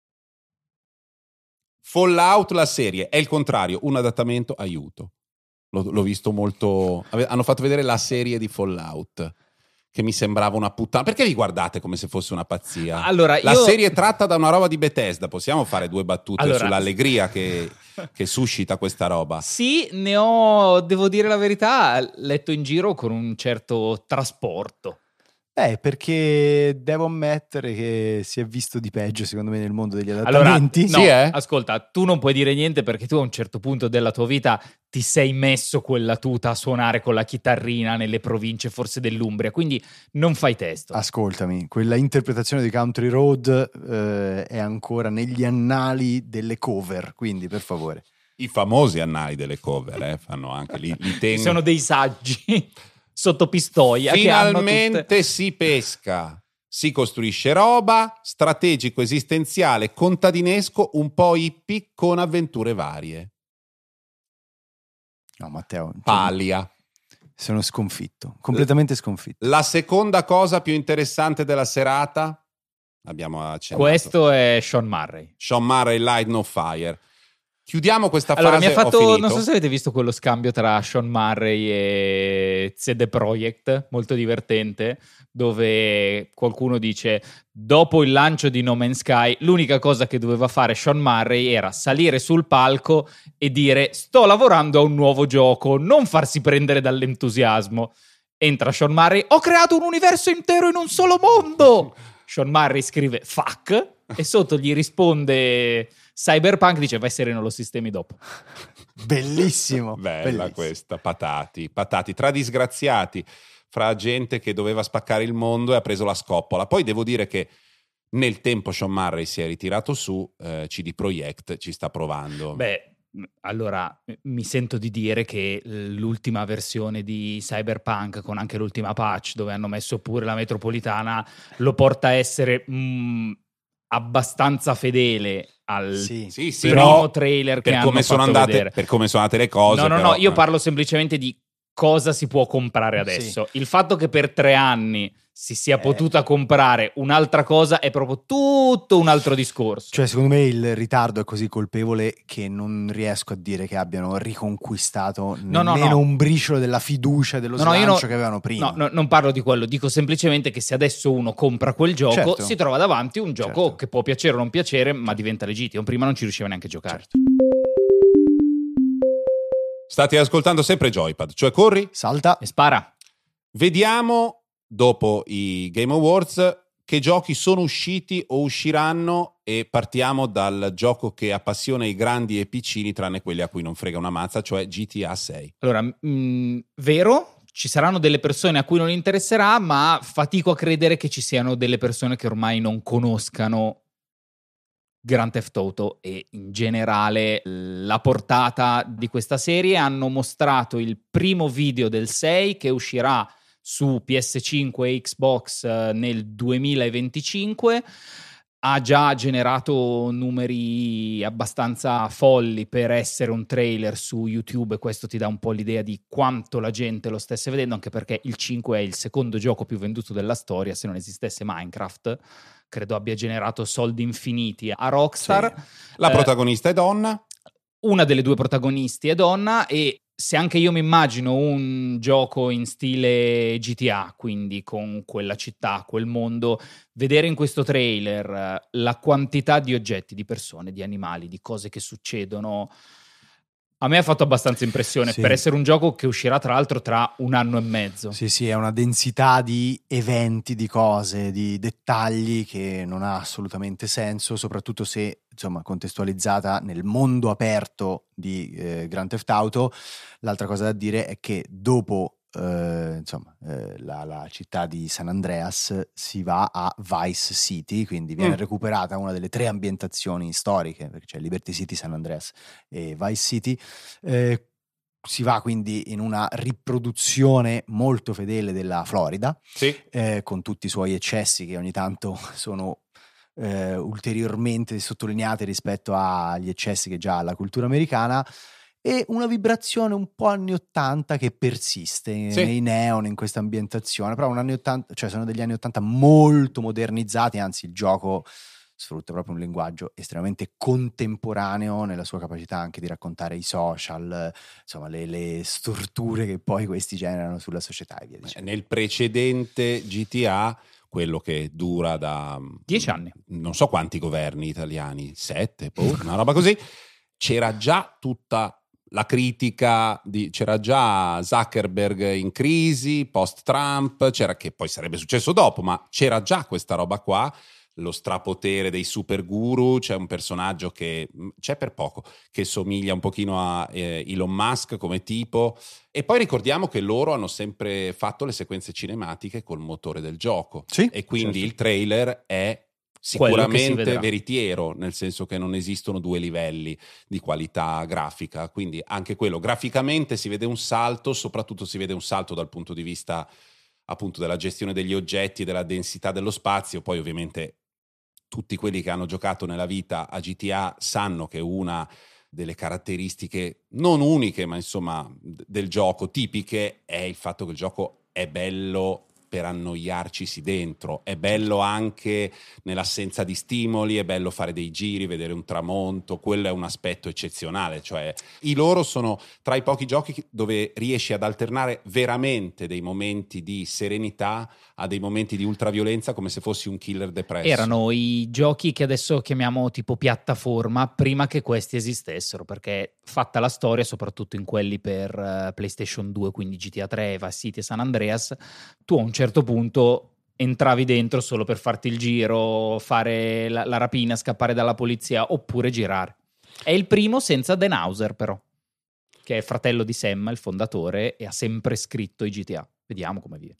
Fallout, la serie, è il contrario, un adattamento, aiuto. L'ho, l'ho visto molto... ave- Hanno fatto vedere la serie di Fallout, che mi sembrava una puttana. Perché vi guardate come se fosse una pazzia? Allora, La io- serie è tratta da una roba di Bethesda, possiamo fare due battute Allora- sull'allegria che, che suscita questa roba? Sì, ne ho, devo dire la verità, letto in giro con un certo trasporto. Eh, perché devo ammettere che si è visto di peggio, secondo me, nel mondo degli Allora, adattamenti. no, Sì, eh? ascolta, tu non puoi dire niente perché tu a un certo punto della tua vita ti sei messo quella tuta a suonare con la chitarrina nelle province forse dell'Umbria, quindi non fai testo. Ascoltami, quella interpretazione di Country Road eh, è ancora negli annali delle cover, quindi per favore. I famosi annali delle cover, eh, fanno anche li, li Ci tengono. sono dei saggi sotto Pistoia che hanno Finalmente tutte... si pesca, si costruisce roba, strategico, esistenziale, contadinesco, un po' hippie con avventure varie. No, Matteo, cioè, Palia. sono sconfitto, completamente sconfitto. La seconda cosa più interessante della serata, abbiamo accennato. Questo è Sean Murray. Sean Murray, Light No Fire. Chiudiamo questa Allora, fase, mi ha ho fatto, finito. non so se avete visto quello scambio tra Sean Murray e C D Projekt, molto divertente, dove qualcuno dice, dopo il lancio di No Man's Sky, l'unica cosa che doveva fare Sean Murray era salire sul palco e dire, sto lavorando a un nuovo gioco, non farsi prendere dall'entusiasmo. Entra Sean Murray, ho creato un universo intero in un solo mondo! Sean Murray scrive, fuck, e sotto gli risponde... Cyberpunk, dice vai sereno, lo sistemi dopo. Bellissimo. Bella bellissimo. questa, patati, patati, tra disgraziati, fra gente che doveva spaccare il mondo e ha preso la scoppola. Poi devo dire che nel tempo Sean Murray si è ritirato su, eh, C D Projekt ci sta provando. Beh, allora mi sento di dire che l'ultima versione di Cyberpunk, con anche l'ultima patch dove hanno messo pure la metropolitana, lo porta a essere mh, abbastanza fedele al Sì. Sì, sì, primo no, trailer che per come hanno sono fatto andate, vedere. per come sono andate le cose. No, no, però, no, io eh. parlo semplicemente di cosa si può comprare adesso. Sì. Il fatto che per tre anni si sia Eh. potuta comprare un'altra cosa è proprio tutto un altro discorso. Cioè, secondo me il ritardo è così colpevole che non riesco a dire che abbiano riconquistato No, no, nemmeno no. un briciolo della fiducia e dello No, no, io slancio no- che avevano prima. No, no, non parlo di quello, dico semplicemente che se adesso uno compra quel gioco, Certo. si trova davanti un gioco Certo. che può piacere o non piacere, ma diventa legittimo. Prima non ci riusciva neanche a giocare. Certo. State ascoltando sempre Joypad, cioè corri. Salta. E spara. Vediamo, dopo i Game Awards, che giochi sono usciti o usciranno, e partiamo dal gioco che appassiona i grandi e i piccini, tranne quelli a cui non frega una mazza, cioè G T A sei. Allora, mh, vero, ci saranno delle persone a cui non interesserà, ma fatico a credere che ci siano delle persone che ormai non conoscano Grand Theft Auto e in generale la portata di questa serie. Hanno mostrato il primo video del sei che uscirà su P S cinque e Xbox eh, nel duemilaventicinque. Ha già generato numeri abbastanza folli per essere un trailer su YouTube, e questo ti dà un po' l'idea di quanto la gente lo stesse vedendo, anche perché il cinque è il secondo gioco più venduto della storia. Se non esistesse Minecraft, credo abbia generato soldi infiniti a Rockstar. Sì. La Eh, protagonista è donna. Una delle due protagonisti è donna, e se anche io mi immagino un gioco in stile G T A, quindi con quella città, quel mondo, vedere in questo trailer eh, la quantità di oggetti, di persone, di animali, di cose che succedono, A me ha fatto abbastanza impressione, sì. per essere un gioco che uscirà tra l'altro tra un anno e mezzo. Sì, sì, è una densità di eventi, di cose, di dettagli che non ha assolutamente senso, soprattutto se, insomma, contestualizzata nel mondo aperto di eh, Grand Theft Auto. L'altra cosa da dire è che dopo eh, insomma, eh, la, la città di San Andreas si va a Vice City, quindi viene Mm. recuperata una delle tre ambientazioni storiche, perché c'è Liberty City, San Andreas e Vice City. Eh, si va quindi in una riproduzione molto fedele della Florida, Sì. eh, con tutti i suoi eccessi che ogni tanto sono eh, ulteriormente sottolineati rispetto agli eccessi che già ha la cultura americana, e una vibrazione un po' anni ottanta che persiste Sì. nei neon, in questa ambientazione, però un anni ottanta, cioè sono degli anni ottanta molto modernizzati, anzi il gioco sfrutta proprio un linguaggio estremamente contemporaneo nella sua capacità anche di raccontare i social, insomma le, le storture che poi questi generano sulla società e via dicendo. Nel precedente G T A, quello che dura da Dieci anni, non so quanti governi italiani, sette, boh, una roba così, c'era già tutta la critica, di, c'era già Zuckerberg in crisi, post-Trump, c'era, che poi sarebbe successo dopo, ma c'era già questa roba qua, lo strapotere dei super guru. C'è un personaggio che c'è per poco, che somiglia un pochino a eh, Elon Musk come tipo, e poi ricordiamo che loro hanno sempre fatto le sequenze cinematiche col motore del gioco, sì, e quindi certo. il trailer è sicuramente veritiero, nel senso che non esistono due livelli di qualità grafica, quindi anche quello graficamente si vede un salto, soprattutto si vede un salto dal punto di vista appunto della gestione degli oggetti e della densità dello spazio. Poi ovviamente tutti quelli che hanno giocato nella vita a G T A sanno che una delle caratteristiche non uniche, ma insomma del gioco tipiche, è il fatto che il gioco è bello per annoiarcisi dentro, è bello anche nell'assenza di stimoli, è bello fare dei giri, vedere un tramonto, quello è un aspetto eccezionale, cioè i loro sono tra i pochi giochi dove riesci ad alternare veramente dei momenti di serenità a dei momenti di ultraviolenza, come se fossi un killer depresso. Erano i giochi che adesso chiamiamo tipo piattaforma prima che questi esistessero, perché fatta la storia, soprattutto in quelli per uh, PlayStation due, quindi G T A tre, Vice City e San Andreas, tu a un certo punto entravi dentro solo per farti il giro, fare la, la rapina, scappare dalla polizia oppure girare. È il primo senza Dan Houser, però, che è fratello di Sam, il fondatore, e ha sempre scritto i G T A. Vediamo come viene.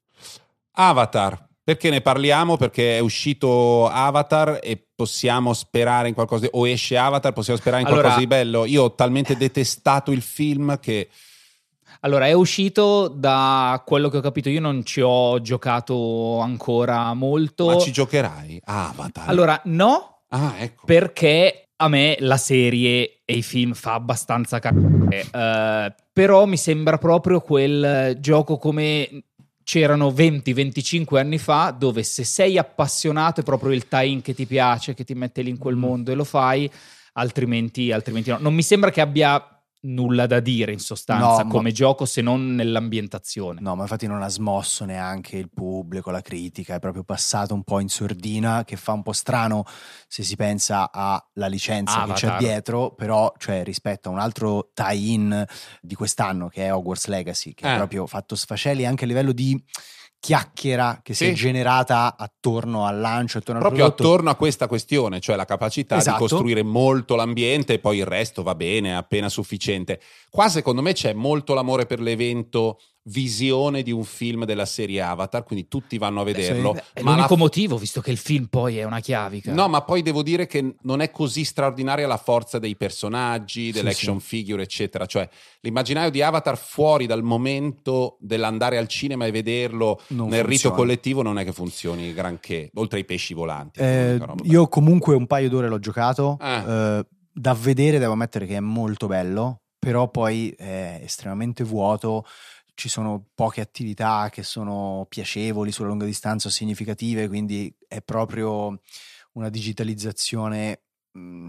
Avatar, perché ne parliamo? Perché è uscito Avatar e possiamo sperare in qualcosa di... o esce Avatar, possiamo sperare in allora, qualcosa di bello. Io ho talmente detestato il film che... Allora, è uscito, da quello che ho capito, io non ci ho giocato ancora molto. Ma ci giocherai? Avatar? Allora, no, ah, ecco. perché a me la serie e i film fa abbastanza cagare, uh, però mi sembra proprio quel gioco come c'erano venti venticinque anni fa, dove se sei appassionato è proprio il tie-in che ti piace, che ti mette lì in quel mondo e lo fai, altrimenti, altrimenti no. Non mi sembra che abbia nulla da dire in sostanza no, come ma... gioco, se non nell'ambientazione. No, ma infatti non ha smosso neanche il pubblico, la critica, è proprio passato un po' in sordina, che fa un po' strano se si pensa alla licenza Avatar. che c'è dietro, però cioè rispetto a un altro tie-in di quest'anno che è Hogwarts Legacy, che eh. ha proprio fatto sfaceli anche a livello di chiacchiera che sì. si è generata attorno al lancio, attorno proprio al prodotto. Attorno a questa questione, cioè la capacità esatto. di costruire molto l'ambiente e poi il resto va bene, è appena sufficiente. Qua secondo me c'è molto l'amore per l'evento visione di un film della serie Avatar, quindi tutti vanno a vederlo. Beh, è ma l'unico la... motivo, visto che il film poi è una chiavica. No, ma poi devo dire che non è così straordinaria la forza dei personaggi, dell'action sì, sì. figure, eccetera. Cioè, l'immaginario di Avatar fuori dal momento dell'andare al cinema e vederlo non nel funziona. rito collettivo non è che funzioni granché, oltre ai pesci volanti. Eh, io comunque un paio d'ore l'ho giocato, eh. Eh, da vedere devo ammettere che è molto bello, però poi è estremamente vuoto. Ci sono poche attività che sono piacevoli sulla lunga distanza o significative, quindi è proprio una digitalizzazione mh,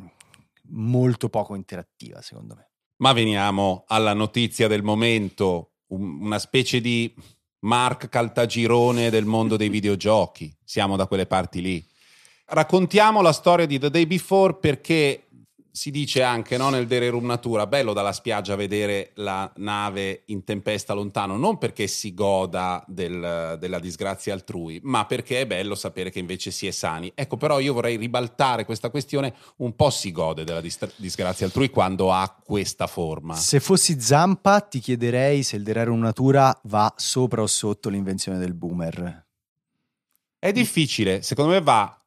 molto poco interattiva, secondo me. Ma veniamo alla notizia del momento, un, una specie di Mark Caltagirone del mondo dei videogiochi. Siamo da quelle parti lì. Raccontiamo la storia di The Day Before perché si dice anche, no, nel Dere Room Natura, bello dalla spiaggia vedere la nave in tempesta lontano, non perché si goda del, della disgrazia altrui, ma perché è bello sapere che invece si è sani. Ecco, però io vorrei ribaltare questa questione: un po' si gode della dis- disgrazia altrui quando ha questa forma. Se fossi Zampa ti chiederei se il Dere Room Natura va sopra o sotto l'invenzione del boomer. È difficile, secondo me va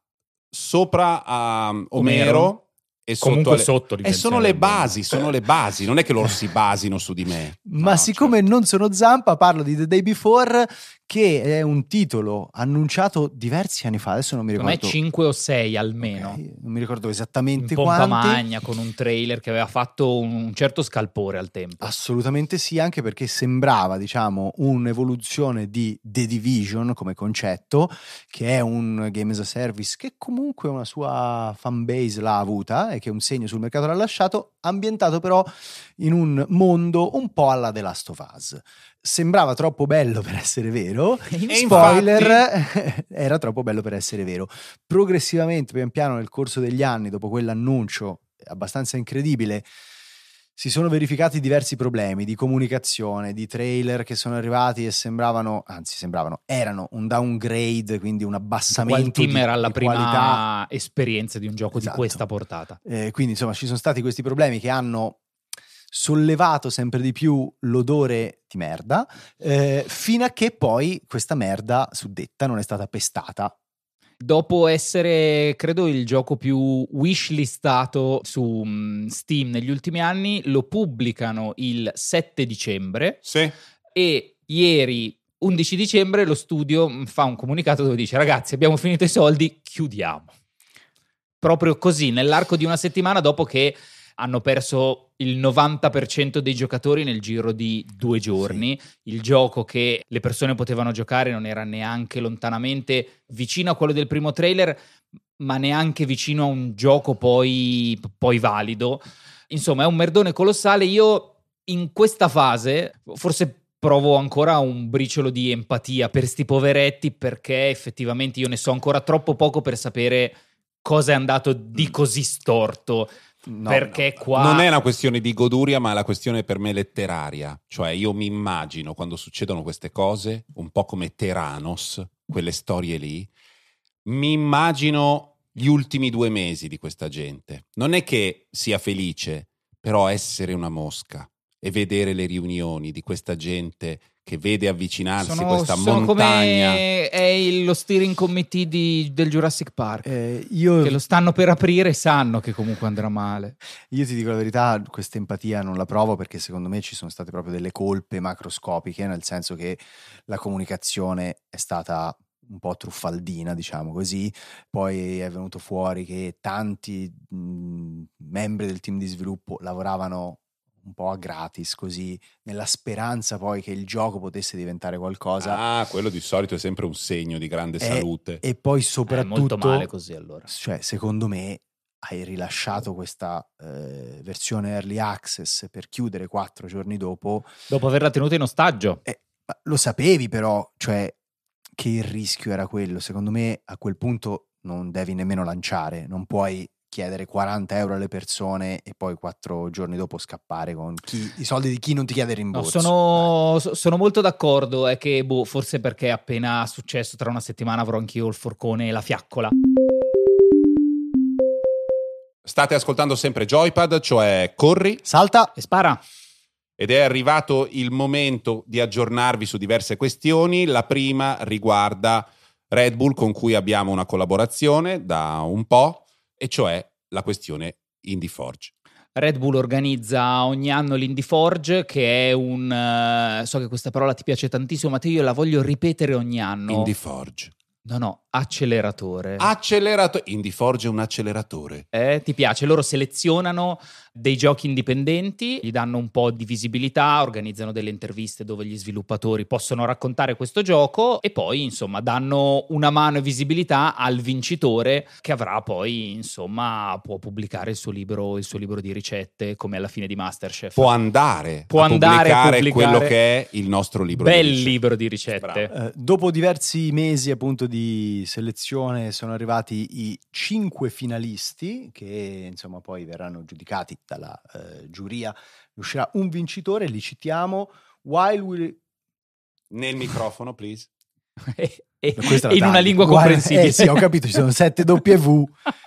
sopra a Omero, Omero. e Comunque sotto, sotto alle... e sono le basi, sono le basi, non è che loro si basino su di me. Ma no, siccome certo. non sono Zampa, parlo di The Day Before, che è un titolo annunciato diversi anni fa, adesso non mi ricordo. Secondo me cinque o sei almeno. Okay, non mi ricordo esattamente in pompa quanti. magna, con un trailer che aveva fatto un certo scalpore al tempo. Assolutamente sì, anche perché sembrava, diciamo, un'evoluzione di The Division come concetto, che è un game as a service che comunque una sua fanbase l'ha avuta e che un segno sul mercato l'ha lasciato, ambientato però in un mondo un po' alla The Last of Us. Sembrava troppo bello per essere vero, E spoiler, infatti... era troppo bello per essere vero. Progressivamente, pian piano, nel corso degli anni, dopo quell'annuncio abbastanza incredibile, si sono verificati diversi problemi di comunicazione, di trailer che sono arrivati e sembravano, anzi sembravano, erano un downgrade, quindi un abbassamento Qual team di, era la di prima qualità. esperienza di un gioco Esatto. di questa portata. Eh, quindi insomma ci sono stati questi problemi che hanno sollevato sempre di più l'odore di merda, eh, fino a che poi questa merda suddetta non è stata pestata. Dopo essere, credo, il gioco più wishlistato su um, Steam negli ultimi anni, lo pubblicano il sette dicembre Sì. e ieri, undici dicembre, lo studio fa un comunicato dove dice: ragazzi, abbiamo finito i soldi, chiudiamo. Proprio così, nell'arco di una settimana, dopo che hanno perso il novanta per cento dei giocatori nel giro di due giorni. Sì. Il gioco che le persone potevano giocare non era neanche lontanamente vicino a quello del primo trailer, ma neanche vicino a un gioco poi, poi valido. Insomma, è un merdone colossale. Io in questa fase forse provo ancora un briciolo di empatia per sti poveretti, perché effettivamente io ne so ancora troppo poco per sapere cosa è andato di così storto. No, perché no, qua non è una questione di goduria, ma è la questione per me letteraria. Cioè io mi immagino quando succedono queste cose, un po' come Theranos, quelle storie lì, mi immagino gli ultimi due mesi di questa gente. Non è che sia felice, però essere una mosca e vedere le riunioni di questa gente che vede avvicinarsi sono, questa sono montagna. Come è il, lo steering committee di, del Jurassic Park, eh, io, che lo stanno per aprire e sanno che comunque andrà male. Io ti dico la verità, questa empatia non la provo, perché secondo me ci sono state proprio delle colpe macroscopiche, nel senso che la comunicazione è stata un po' truffaldina, diciamo così. Poi è venuto fuori che tanti mh, membri del team di sviluppo lavoravano un po' a gratis, così, nella speranza poi che il gioco potesse diventare qualcosa. Ah, quello di solito è sempre un segno di grande e, salute. E poi soprattutto, è molto male così, allora. Cioè, secondo me hai rilasciato questa eh, versione early access per chiudere quattro giorni dopo. Dopo averla tenuta in ostaggio. Eh, ma lo sapevi però, cioè, che il rischio era quello. Secondo me a quel punto non devi nemmeno lanciare, non puoi chiedere quaranta euro alle persone e poi quattro giorni dopo scappare con chi, i soldi di chi non ti chiede rimborso. No, sono, sono molto d'accordo, è che boh, forse perché appena successo tra una settimana avrò anch'io il forcone e la fiaccola. State ascoltando sempre Joypad, cioè corri, salta e spara. Ed è arrivato il momento di aggiornarvi su diverse questioni. La prima riguarda Red Bull, con cui abbiamo una collaborazione da un po', e cioè la questione Indie Forge. Red Bull organizza ogni anno l'Indie Forge, che è un... Uh, so che questa parola ti piace tantissimo, Matteo, io la voglio ripetere ogni anno. Indie Forge. No, no, acceleratore. Acceleratore. Indie Forge è un acceleratore. Eh, ti piace? Loro selezionano dei giochi indipendenti, gli danno un po' di visibilità, organizzano delle interviste dove gli sviluppatori possono raccontare questo gioco e poi, insomma, danno una mano e visibilità al vincitore, che avrà poi, insomma, può pubblicare il suo libro, il suo libro di ricette, come alla fine di MasterChef. Può andare può a andare pubblicare, a pubblicare quello che è il nostro libro bel di ricette. libro di ricette. Eh, dopo diversi mesi appunto di di selezione sono arrivati i cinque finalisti che insomma poi verranno giudicati dalla eh, giuria. Uscirà un vincitore, li citiamo. While we... Nel microfono, please. e, e, Questa e in una tagli. lingua While... comprensibile. Eh sì, ho capito, ci sono sette W.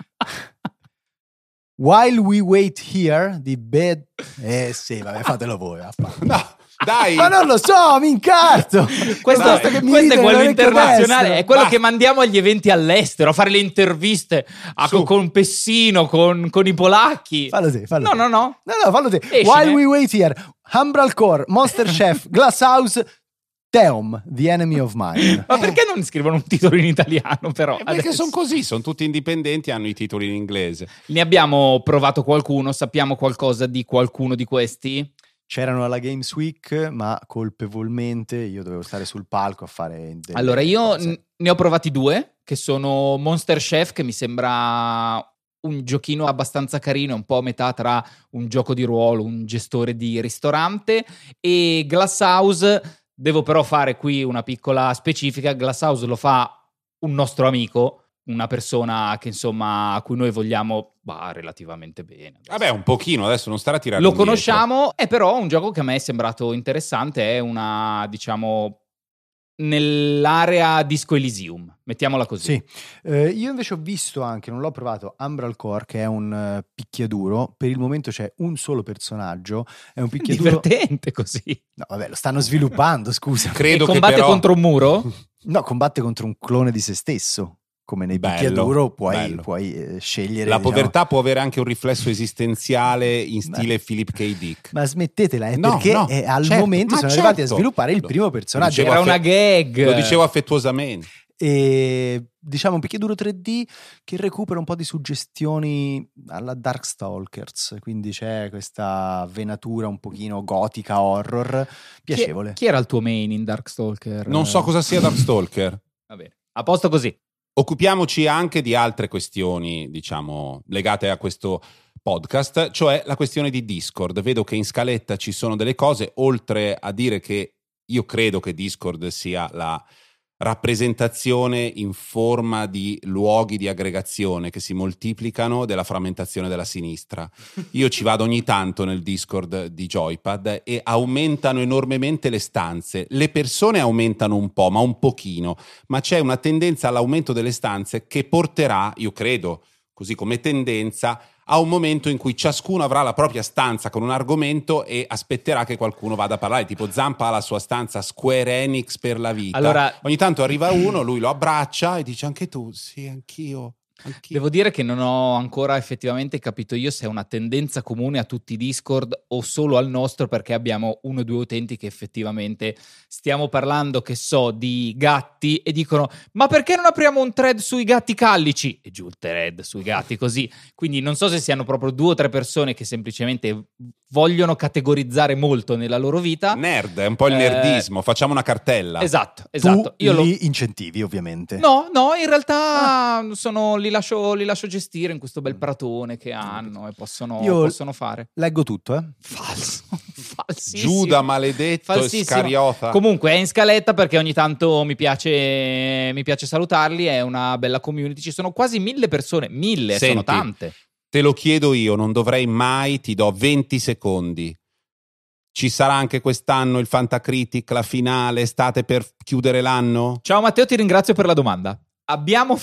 While we wait here, di bed... Eh sì, vabbè, fatelo voi. No, dai! Ma non lo so, mi incarto! Questo, Basta che mi questo è dite quello l'orecchio internazionale, destro. è quello Basta. che mandiamo agli eventi all'estero, a fare le interviste a, Su. con Pessino, con, con i polacchi. Fallo te, fallo No, te. no, no. No, no, fallo te. Escine. While we wait here, Umbral Core, Monster Chef, Glass House, Theom, The Enemy of Mine. Ma perché non scrivono un titolo in italiano, però? Eh, Perché adesso? sono così, sono tutti indipendenti, hanno i titoli in inglese. Ne abbiamo provato qualcuno, sappiamo qualcosa di qualcuno di questi? C'erano alla Games Week, ma colpevolmente io dovevo stare sul palco a fare delle Allora, io cose. n- ne ho provati due, che sono Monster Chef, che mi sembra un giochino abbastanza carino, un po' a metà tra un gioco di ruolo, un gestore di ristorante, e Glass House. Devo però fare qui una piccola specifica. Glass House lo fa un nostro amico, una persona che insomma a cui noi vogliamo bah, relativamente bene. Vabbè, un pochino, adesso non starà a tirare Lo indietro. conosciamo, è però un gioco che a me è sembrato interessante, è una, diciamo, nell'area Disco Elysium, mettiamola così. Sì, eh, io invece ho visto anche, non l'ho provato, Umbral Core, che è un eh, picchiaduro. Per il momento c'è un solo personaggio, è un picchiaduro... Divertente così. No, vabbè, lo stanno sviluppando, scusa. Credo E combatte che però... contro un muro? No, combatte contro un clone di se stesso. Come nei Bello, picchiaduro puoi, bello. puoi eh, scegliere... La diciamo- povertà può avere anche un riflesso esistenziale in stile Philip K. Dick. Ma smettetela, eh, No, perché no, eh, al certo, momento ma sono arrivati a certo. sviluppare il Lo- primo lo personaggio. dicevo Era affe- una gag. Lo dicevo affettuosamente. E diciamo un picchiaduro tre D che recupera un po' di suggestioni alla Darkstalkers, quindi c'è questa venatura un pochino gotica, horror, piacevole. Chi, chi era il tuo main in Darkstalker? Non so cosa sia Darkstalker. Va bene, a posto così. Occupiamoci anche di altre questioni, diciamo, legate a questo podcast, cioè la questione di Discord. Vedo che in scaletta ci sono delle cose, oltre a dire che io credo che Discord sia la rappresentazione in forma di luoghi di aggregazione che si moltiplicano della frammentazione della sinistra. Io ci vado ogni tanto nel Discord di Joypad e aumentano enormemente le stanze. Le persone aumentano un po', ma un pochino, ma c'è una tendenza all'aumento delle stanze che porterà, io credo, così come tendenza, a un momento in cui ciascuno avrà la propria stanza con un argomento e aspetterà che qualcuno vada a parlare. Tipo Zampa ha la sua stanza Square Enix per la vita. Allora, ogni tanto arriva uno, lui lo abbraccia e dice anche tu, sì, anch'io. Anch'io. devo dire che non ho ancora effettivamente capito io se è una tendenza comune a tutti i Discord o solo al nostro, perché abbiamo uno o due utenti che effettivamente stiamo parlando, che so, di gatti e dicono ma perché non apriamo un thread sui gatti callici? E giù il thread sui gatti così. Quindi non so se siano proprio due o tre persone che semplicemente vogliono categorizzare molto nella loro vita. Nerd, è un po' il Eh, nerdismo, facciamo una cartella. Esatto, esatto. Tu Io lo... li incentivi ovviamente. No, no, in realtà sono, li, lascio, li lascio gestire in questo bel pratone che hanno e possono, Io- possono fare. Leggo tutto, eh. Falso, falsissimo. Giuda maledetto e Falsissimo. scariota. Comunque è in scaletta perché ogni tanto mi piace, mi piace salutarli, è una bella community, ci sono quasi mille persone, mille, sono Senti, tante. Te lo chiedo io, non dovrei mai, ti do venti secondi. Ci sarà anche quest'anno il Fantacritic, la finale, state per chiudere l'anno? Ciao Matteo, ti ringrazio per la domanda. Abbiamo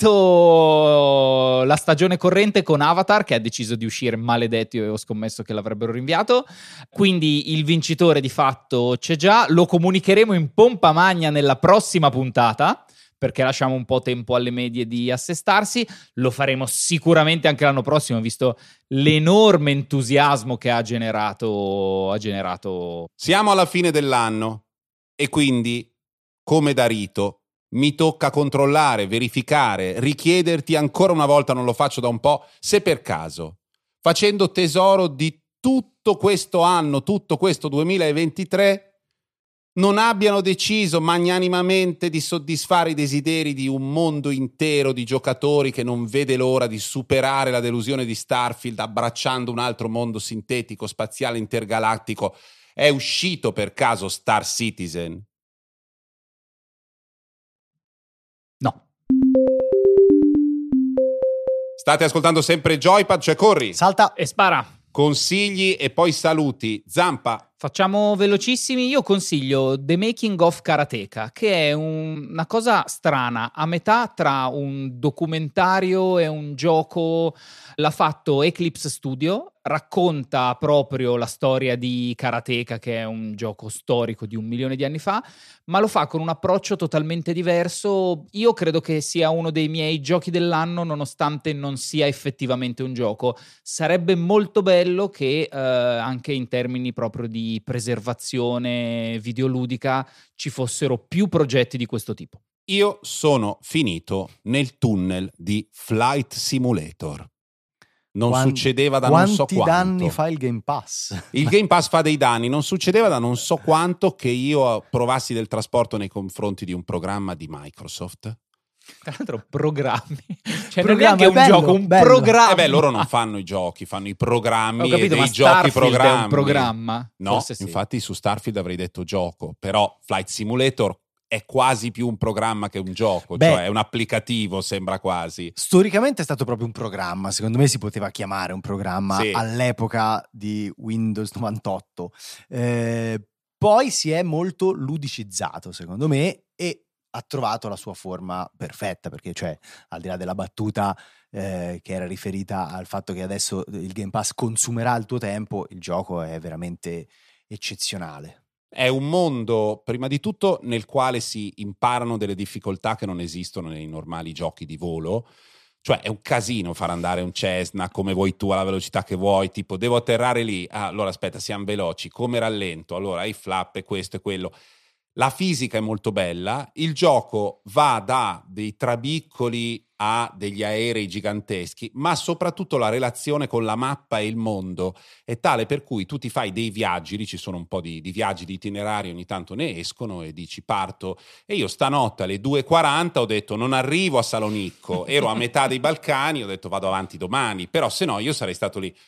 finito la stagione corrente con Avatar, che ha deciso di uscire maledetti e ho scommesso che l'avrebbero rinviato. Quindi il vincitore di fatto c'è già. Lo comunicheremo in pompa magna nella prossima puntata, perché lasciamo un po' tempo alle medie di assestarsi. Lo faremo sicuramente anche l'anno prossimo, visto l'enorme entusiasmo che ha generato, ha generato. Siamo alla fine dell'anno e quindi, come da rito, mi tocca controllare, verificare, richiederti ancora una volta, non lo faccio da un po', se per caso, facendo tesoro di tutto questo anno, tutto questo duemilaventitré, non abbiano deciso magnanimamente di soddisfare i desideri di un mondo intero di giocatori che non vede l'ora di superare la delusione di Starfield abbracciando un altro mondo sintetico, spaziale, intergalattico. È uscito per caso Star Citizen? No. State ascoltando sempre Joypad, cioè corri, salta e spara. Consigli e poi saluti. Zampa. Facciamo velocissimi. Io consiglio The Making of Karateka, che è un- una cosa strana, a metà tra un documentario e un gioco. L'ha fatto Eclipse Studio, racconta proprio la storia di Karateka, che è un gioco storico di un milione di anni fa, ma lo fa con un approccio totalmente diverso. Io credo che sia uno dei miei giochi dell'anno, nonostante non sia effettivamente un gioco. Sarebbe molto bello che eh, anche in termini proprio di preservazione videoludica ci fossero più progetti di questo tipo. Io sono finito nel tunnel di Flight Simulator. Non Quan- succedeva da non so quanti quanto. danni fa il Game Pass? Il Game Pass fa dei danni. Non succedeva da non so quanto che io provassi del trasporto nei confronti di un programma di Microsoft. Tra l'altro programmi, cioè Programma, non è neanche un bello, gioco, un bello. programma. Eh beh, loro non fanno i giochi, fanno i programmi Ho capito, e dei ma giochi Starfield programmi. è un programma? No, Forse sì. infatti su Starfield avrei detto gioco, però Flight Simulator è quasi più un programma che un gioco, Beh, cioè è un applicativo, sembra quasi. Storicamente è stato proprio un programma, secondo me si poteva chiamare un programma Sì. all'epoca di Windows novantotto. Eh, poi si è molto ludicizzato, secondo me, e ha trovato la sua forma perfetta, perché cioè al di là della battuta eh, che era riferita al fatto che adesso il Game Pass consumerà il tuo tempo, il gioco è veramente eccezionale. È un mondo, prima di tutto, nel quale si imparano delle difficoltà che non esistono nei normali giochi di volo. Cioè è un casino far andare un Cessna come vuoi tu, alla velocità che vuoi, tipo devo atterrare lì, ah, allora aspetta, siamo veloci, come rallento, allora i flap e questo e quello. La fisica è molto bella, il gioco va da dei trabiccoli a degli aerei giganteschi, ma soprattutto la relazione con la mappa e il mondo è tale per cui tu ti fai dei viaggi, lì ci sono un po' di, di viaggi, di itinerari, ogni tanto ne escono e dici parto, e io stanotte alle due e quaranta ho detto non arrivo a Salonicco, ero a metà dei Balcani, ho detto vado avanti domani, però se no io sarei stato lì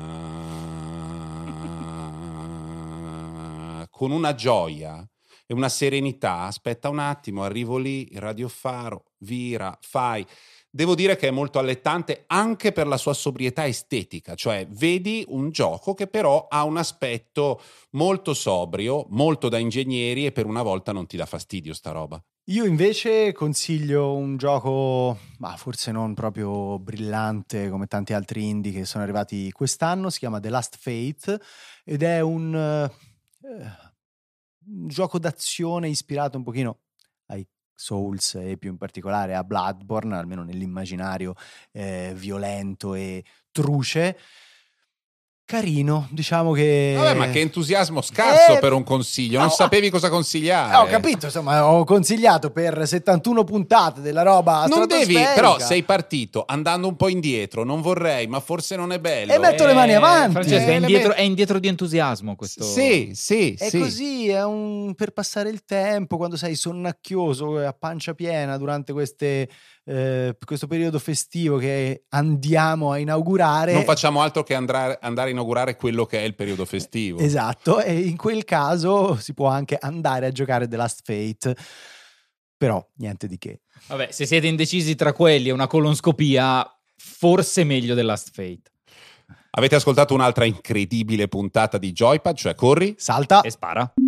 uh, con una gioia e una serenità, aspetta un attimo, arrivo lì, il radiofaro, vira, fai. Devo dire che è molto allettante anche per la sua sobrietà estetica, cioè vedi un gioco che però ha un aspetto molto sobrio, molto da ingegneri e per una volta non ti dà fastidio sta roba. Io invece consiglio un gioco, ma forse non proprio brillante come tanti altri indie che sono arrivati quest'anno, si chiama The Last Fate ed è un... Eh, un gioco d'azione ispirato un pochino ai Souls e più in particolare a Bloodborne, almeno nell'immaginario eh, violento e truce. Carino, diciamo che... Vabbè, ma che entusiasmo scarso eh, per un consiglio, non no, sapevi cosa consigliare. Eh, ho capito, insomma, ho consigliato per settantuno puntate della roba non devi, stratosferica. però sei partito andando un po' indietro, non vorrei, ma forse non è bello. E metto le mani avanti. Francesco, Eh, è, indietro, le met- è indietro di entusiasmo questo. Sì, sì, È sì. così, è un per passare il tempo quando sei sonnacchioso e a pancia piena durante queste, eh, questo periodo festivo che andiamo a inaugurare. Non facciamo altro che andare, andare a inaugurare quello che è il periodo festivo. Esatto, e in quel caso si può anche andare a giocare The Last Fate, però niente di che. Vabbè, se siete indecisi tra quelli e una colonscopia, forse meglio The Last Fate. Avete ascoltato un'altra incredibile puntata di Joypad, cioè corri, Salta E spara.